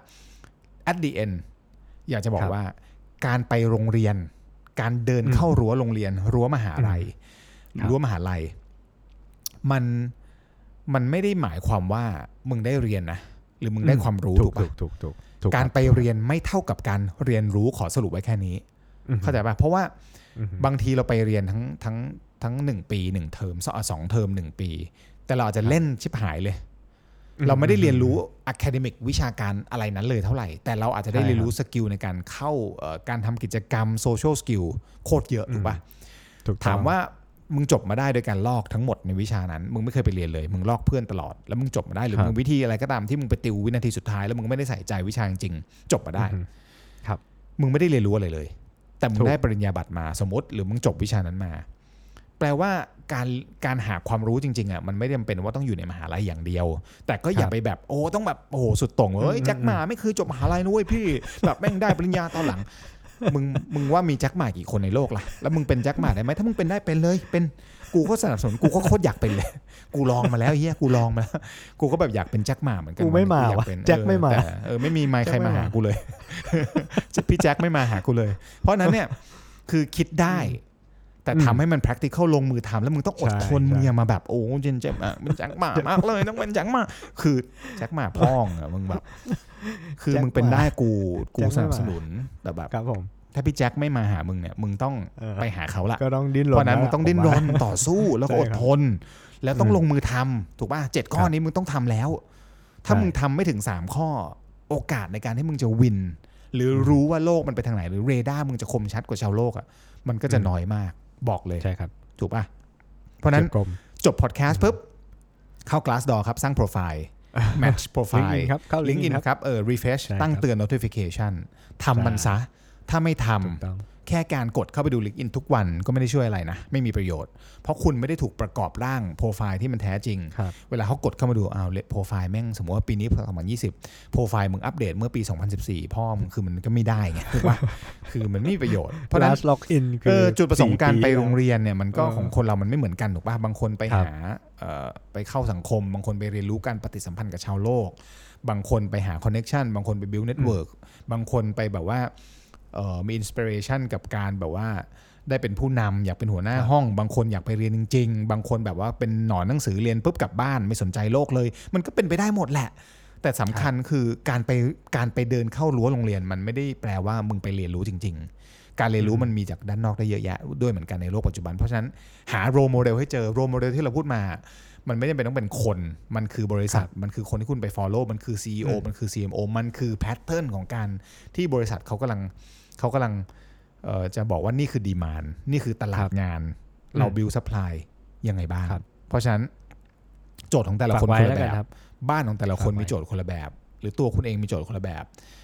at the end อยากจะบอกว่าการไปโรงเรียนการเดินเข้ารั้วโรงเรียนรั้วมหาลัยรั้วมหาลัยมันมันไม่ได้หมายความว่ามึงได้เรียนนะหรือมึงได้ความรู้ถูกป่ะการไปเรียนไม่เท่ากับการเรียนรู้ขอสรุปไว้แค่นี้เข้าใจป่ะเพราะว่าบางทีเราไปเรียนทั้งทั้งทั้งหนึ่งปีหนึ่งเทอมสองเทอมหนึ่งปีแต่เราอาจจะเล่นชิบหายเลยเราไม่ได้เรียนรู้ academic วิชาการอะไรนั้นเลยเท่าไหร่แต่เราอาจจะได้เรียนรู้สกิลในการเข้าการทำกิจกรรม social skill โคตรเยอะถูกป่ะถามว่ามึงจบมาได้โดยการลอกทั้งหมดในวิชานั้นมึงไม่เคยไปเรียนเลยมึงลอกเพื่อนตลอดแล้วมึงจบมาได้หรือมึงวิธีอะไรก็ตามที่มึงไปติววินาทีสุดท้ายแล้วมึงไม่ได้ใส่ใจวิชาจริงๆจบมาได้ครับมึงไม่ได้เรียนรู้อะไรเลยแต่มึงได้ปริญญาบัตรมาสมมติหรือมึงจบวิชานั้นมาแปลว่าการการหาความรู้จริงๆอ่ะมันไม่จำเป็นว่าต้องอยู่ในมหาลัยอย่างเดียวแต่ก็อย่าไปแบบโอ้ต้องแบบโอ้โหสุดโต่งเอ้ยแจ็คหม่าไม่เคยจบมหาลัยนุ้ยพี่แบบแม่งได้ปริญญาตอนหลังมึงมึงว่ามีแจ็คหม่ากี่คนในโลกล่ะแล้วมึงเป็นแจ็คหม่าได้ไหมถ้ามึงเป็นได้เป็นเลยเป็นกูก็สนับสนุนกูก็โคตรอยากเป็นเลยกูลองมาแล้วเฮียกูลองมากูก็แบบอยากเป็นแจ็คหม่าเหมือนกันกูไม่มาแจ็คไม่มาเออไม่มีไมค์ใครมาหากูเลยพี่แจ็คไม่มาหากูเลยเพราะนั้นเนี่ยคือคิดได้แต่ทำให้มัน practical ลงมือทำแล้วมึงต้องอดทนมึงอย่ามาแบบโอ้เจนเจ็บอ่ะมันแจ็คหม่ามากเลยต้องเป็นแจ็คหม่าคือแจ็คหม่าพ้องอ่ะมึงแบบคือมึงเป็นได้กูกูสนับสนุนแต่แบบครับผมถ้าพี่แจ็คไม่มาหามึงเนี่ยมึงต้องไปหาเขาละก็ต้องดิ้นรนเพราะนั้นมึงต้องดิ้นรนต่อสู้แล้วก็อดทนแล้วต้องลงมือทำถูกป่ะเจ็ดข้อนี้มึงต้องทำแล้วถ้ามึงทำไม่ถึงสามข้อโอกาสในการที่มึงจะวินหรือรู้ว่าโลกมันไปทางไหนหรือเรดาร์มึงจะคมชัดกว่าชาวโลกอ่ะมันก็จะน้อยมากบอกเลยใช่ครับถูกป่ะเพราะนั้นจบพอดแคสต์ปุ๊บเข้า Glassdoor ครับสร้างโปรไฟล์ match โปรไฟล์ LinkedIn ครับเออ refresh ตั้งเตือน notification ทำมันซะถ้าไม่ทำแค่การกดเข้าไปดู LinkedIn ทุกวันก็ไม่ได้ช่วยอะไรนะไม่มีประโยชน์เพราะคุณไม่ได้ถูกประกอบร่างโปรไฟล์ที่มันแท้จริงเวลาเขากดเข้ามาดูอ้าวโปรไฟล์แม่งสมมติว่าปีนี้สองพันยี่สิบโปรไฟล์มึงอัปเดตเมื่อปีสองพันสิบสี่พ่อมึงคือมันก็ไม่ได้ไงถูกป่ะคือมันไม่มีประโยชน์เพราะฉะนั้น login คือจุดประสงค์การไปโรงเรียนเนี่ยมันก็ของคนเรามันไม่เหมือนกันถูกป่ะบางคนไปหาไปเข้าสังคมบางคนไปเรียนรู้การปฏิสัมพันธ์กับชาวโลกบางคนไปหาคอนเนคชั่นบางคนไป build network บางคนไปแบบว่ามีอินสปิเรชันกับการแบบว่าได้เป็นผู้นำอยากเป็นหัวหน้าห้องบางคนอยากไปเรียนจริงๆบางคนแบบว่าเป็นหนอนหนังสือเรียนปุ๊บกลับบ้านไม่สนใจโลกเลยมันก็เป็นไปได้หมดแหละแต่สำคัญคือการไปการไปเดินเข้ารั้วโรงเรียนมันไม่ได้แปลว่ามึงไปเรียนรู้จริงๆการเรียนรู้มันมีจากด้านนอกได้เยอะแยะด้วยเหมือนกันในโลกปัจจุบันเพราะฉะนั้นหาโรลโมเดลให้เจอโรลโมเดลที่เราพูดมามันไม่จำเป็นต้องเป็นคนมันคือบริษัทมันคือคนที่คุณไป follow มันคือ ซี อี โอ มันคือ ซี เอ็ม โอ มันคือแพทเทิร์นของการที่บริษัทเขากำลังเขากำลังจะบอกว่านี่คือดีมานด์นี่คือตลาดงานเราบิลซัพพลายยังไงบ้างเพราะฉะนั้นโจทย์ของแต่ละคนคนละแบบบ้านของแต่ละคนมีโจทย์คนละแบบหรือตัวคุณเองมีโจทย์คนละแบบ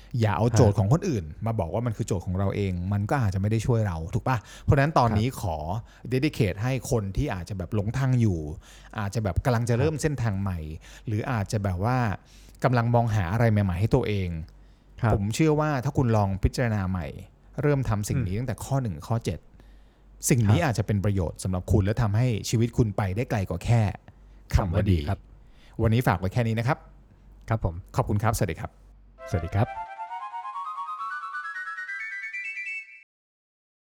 อย่าเอาโจทย์ของคนอื่นมาบอกว่ามันคือโจทย์ของเราเองมันก็อาจจะไม่ได้ช่วยเราถูกป่ะเพราะฉะนั้นตอนนี้ขอ dedicate ให้คนที่อาจจะแบบหลงทางอยู่อาจจะแบบกำลังจะเริ่มเส้นทางใหม่หรืออาจจะแบบว่ากำลังมองหาอะไรใหม่ๆให้ตัวเองผมเชื่อว่าถ้าคุณลองพิจารณาใหม่เริ่มทำสิ่งนี้ตั้งแต่ข้อหนึ่งข้อเจ็ดสิ่งนี้อาจจะเป็นประโยชน์สำหรับคุณและทำให้ชีวิตคุณไปได้ไกลกว่าแค่คำว่าดีวันนี้ฝากไว้แค่นี้นะครับครับผมขอบคุณครับสวัสดีครับสวัสดีครับ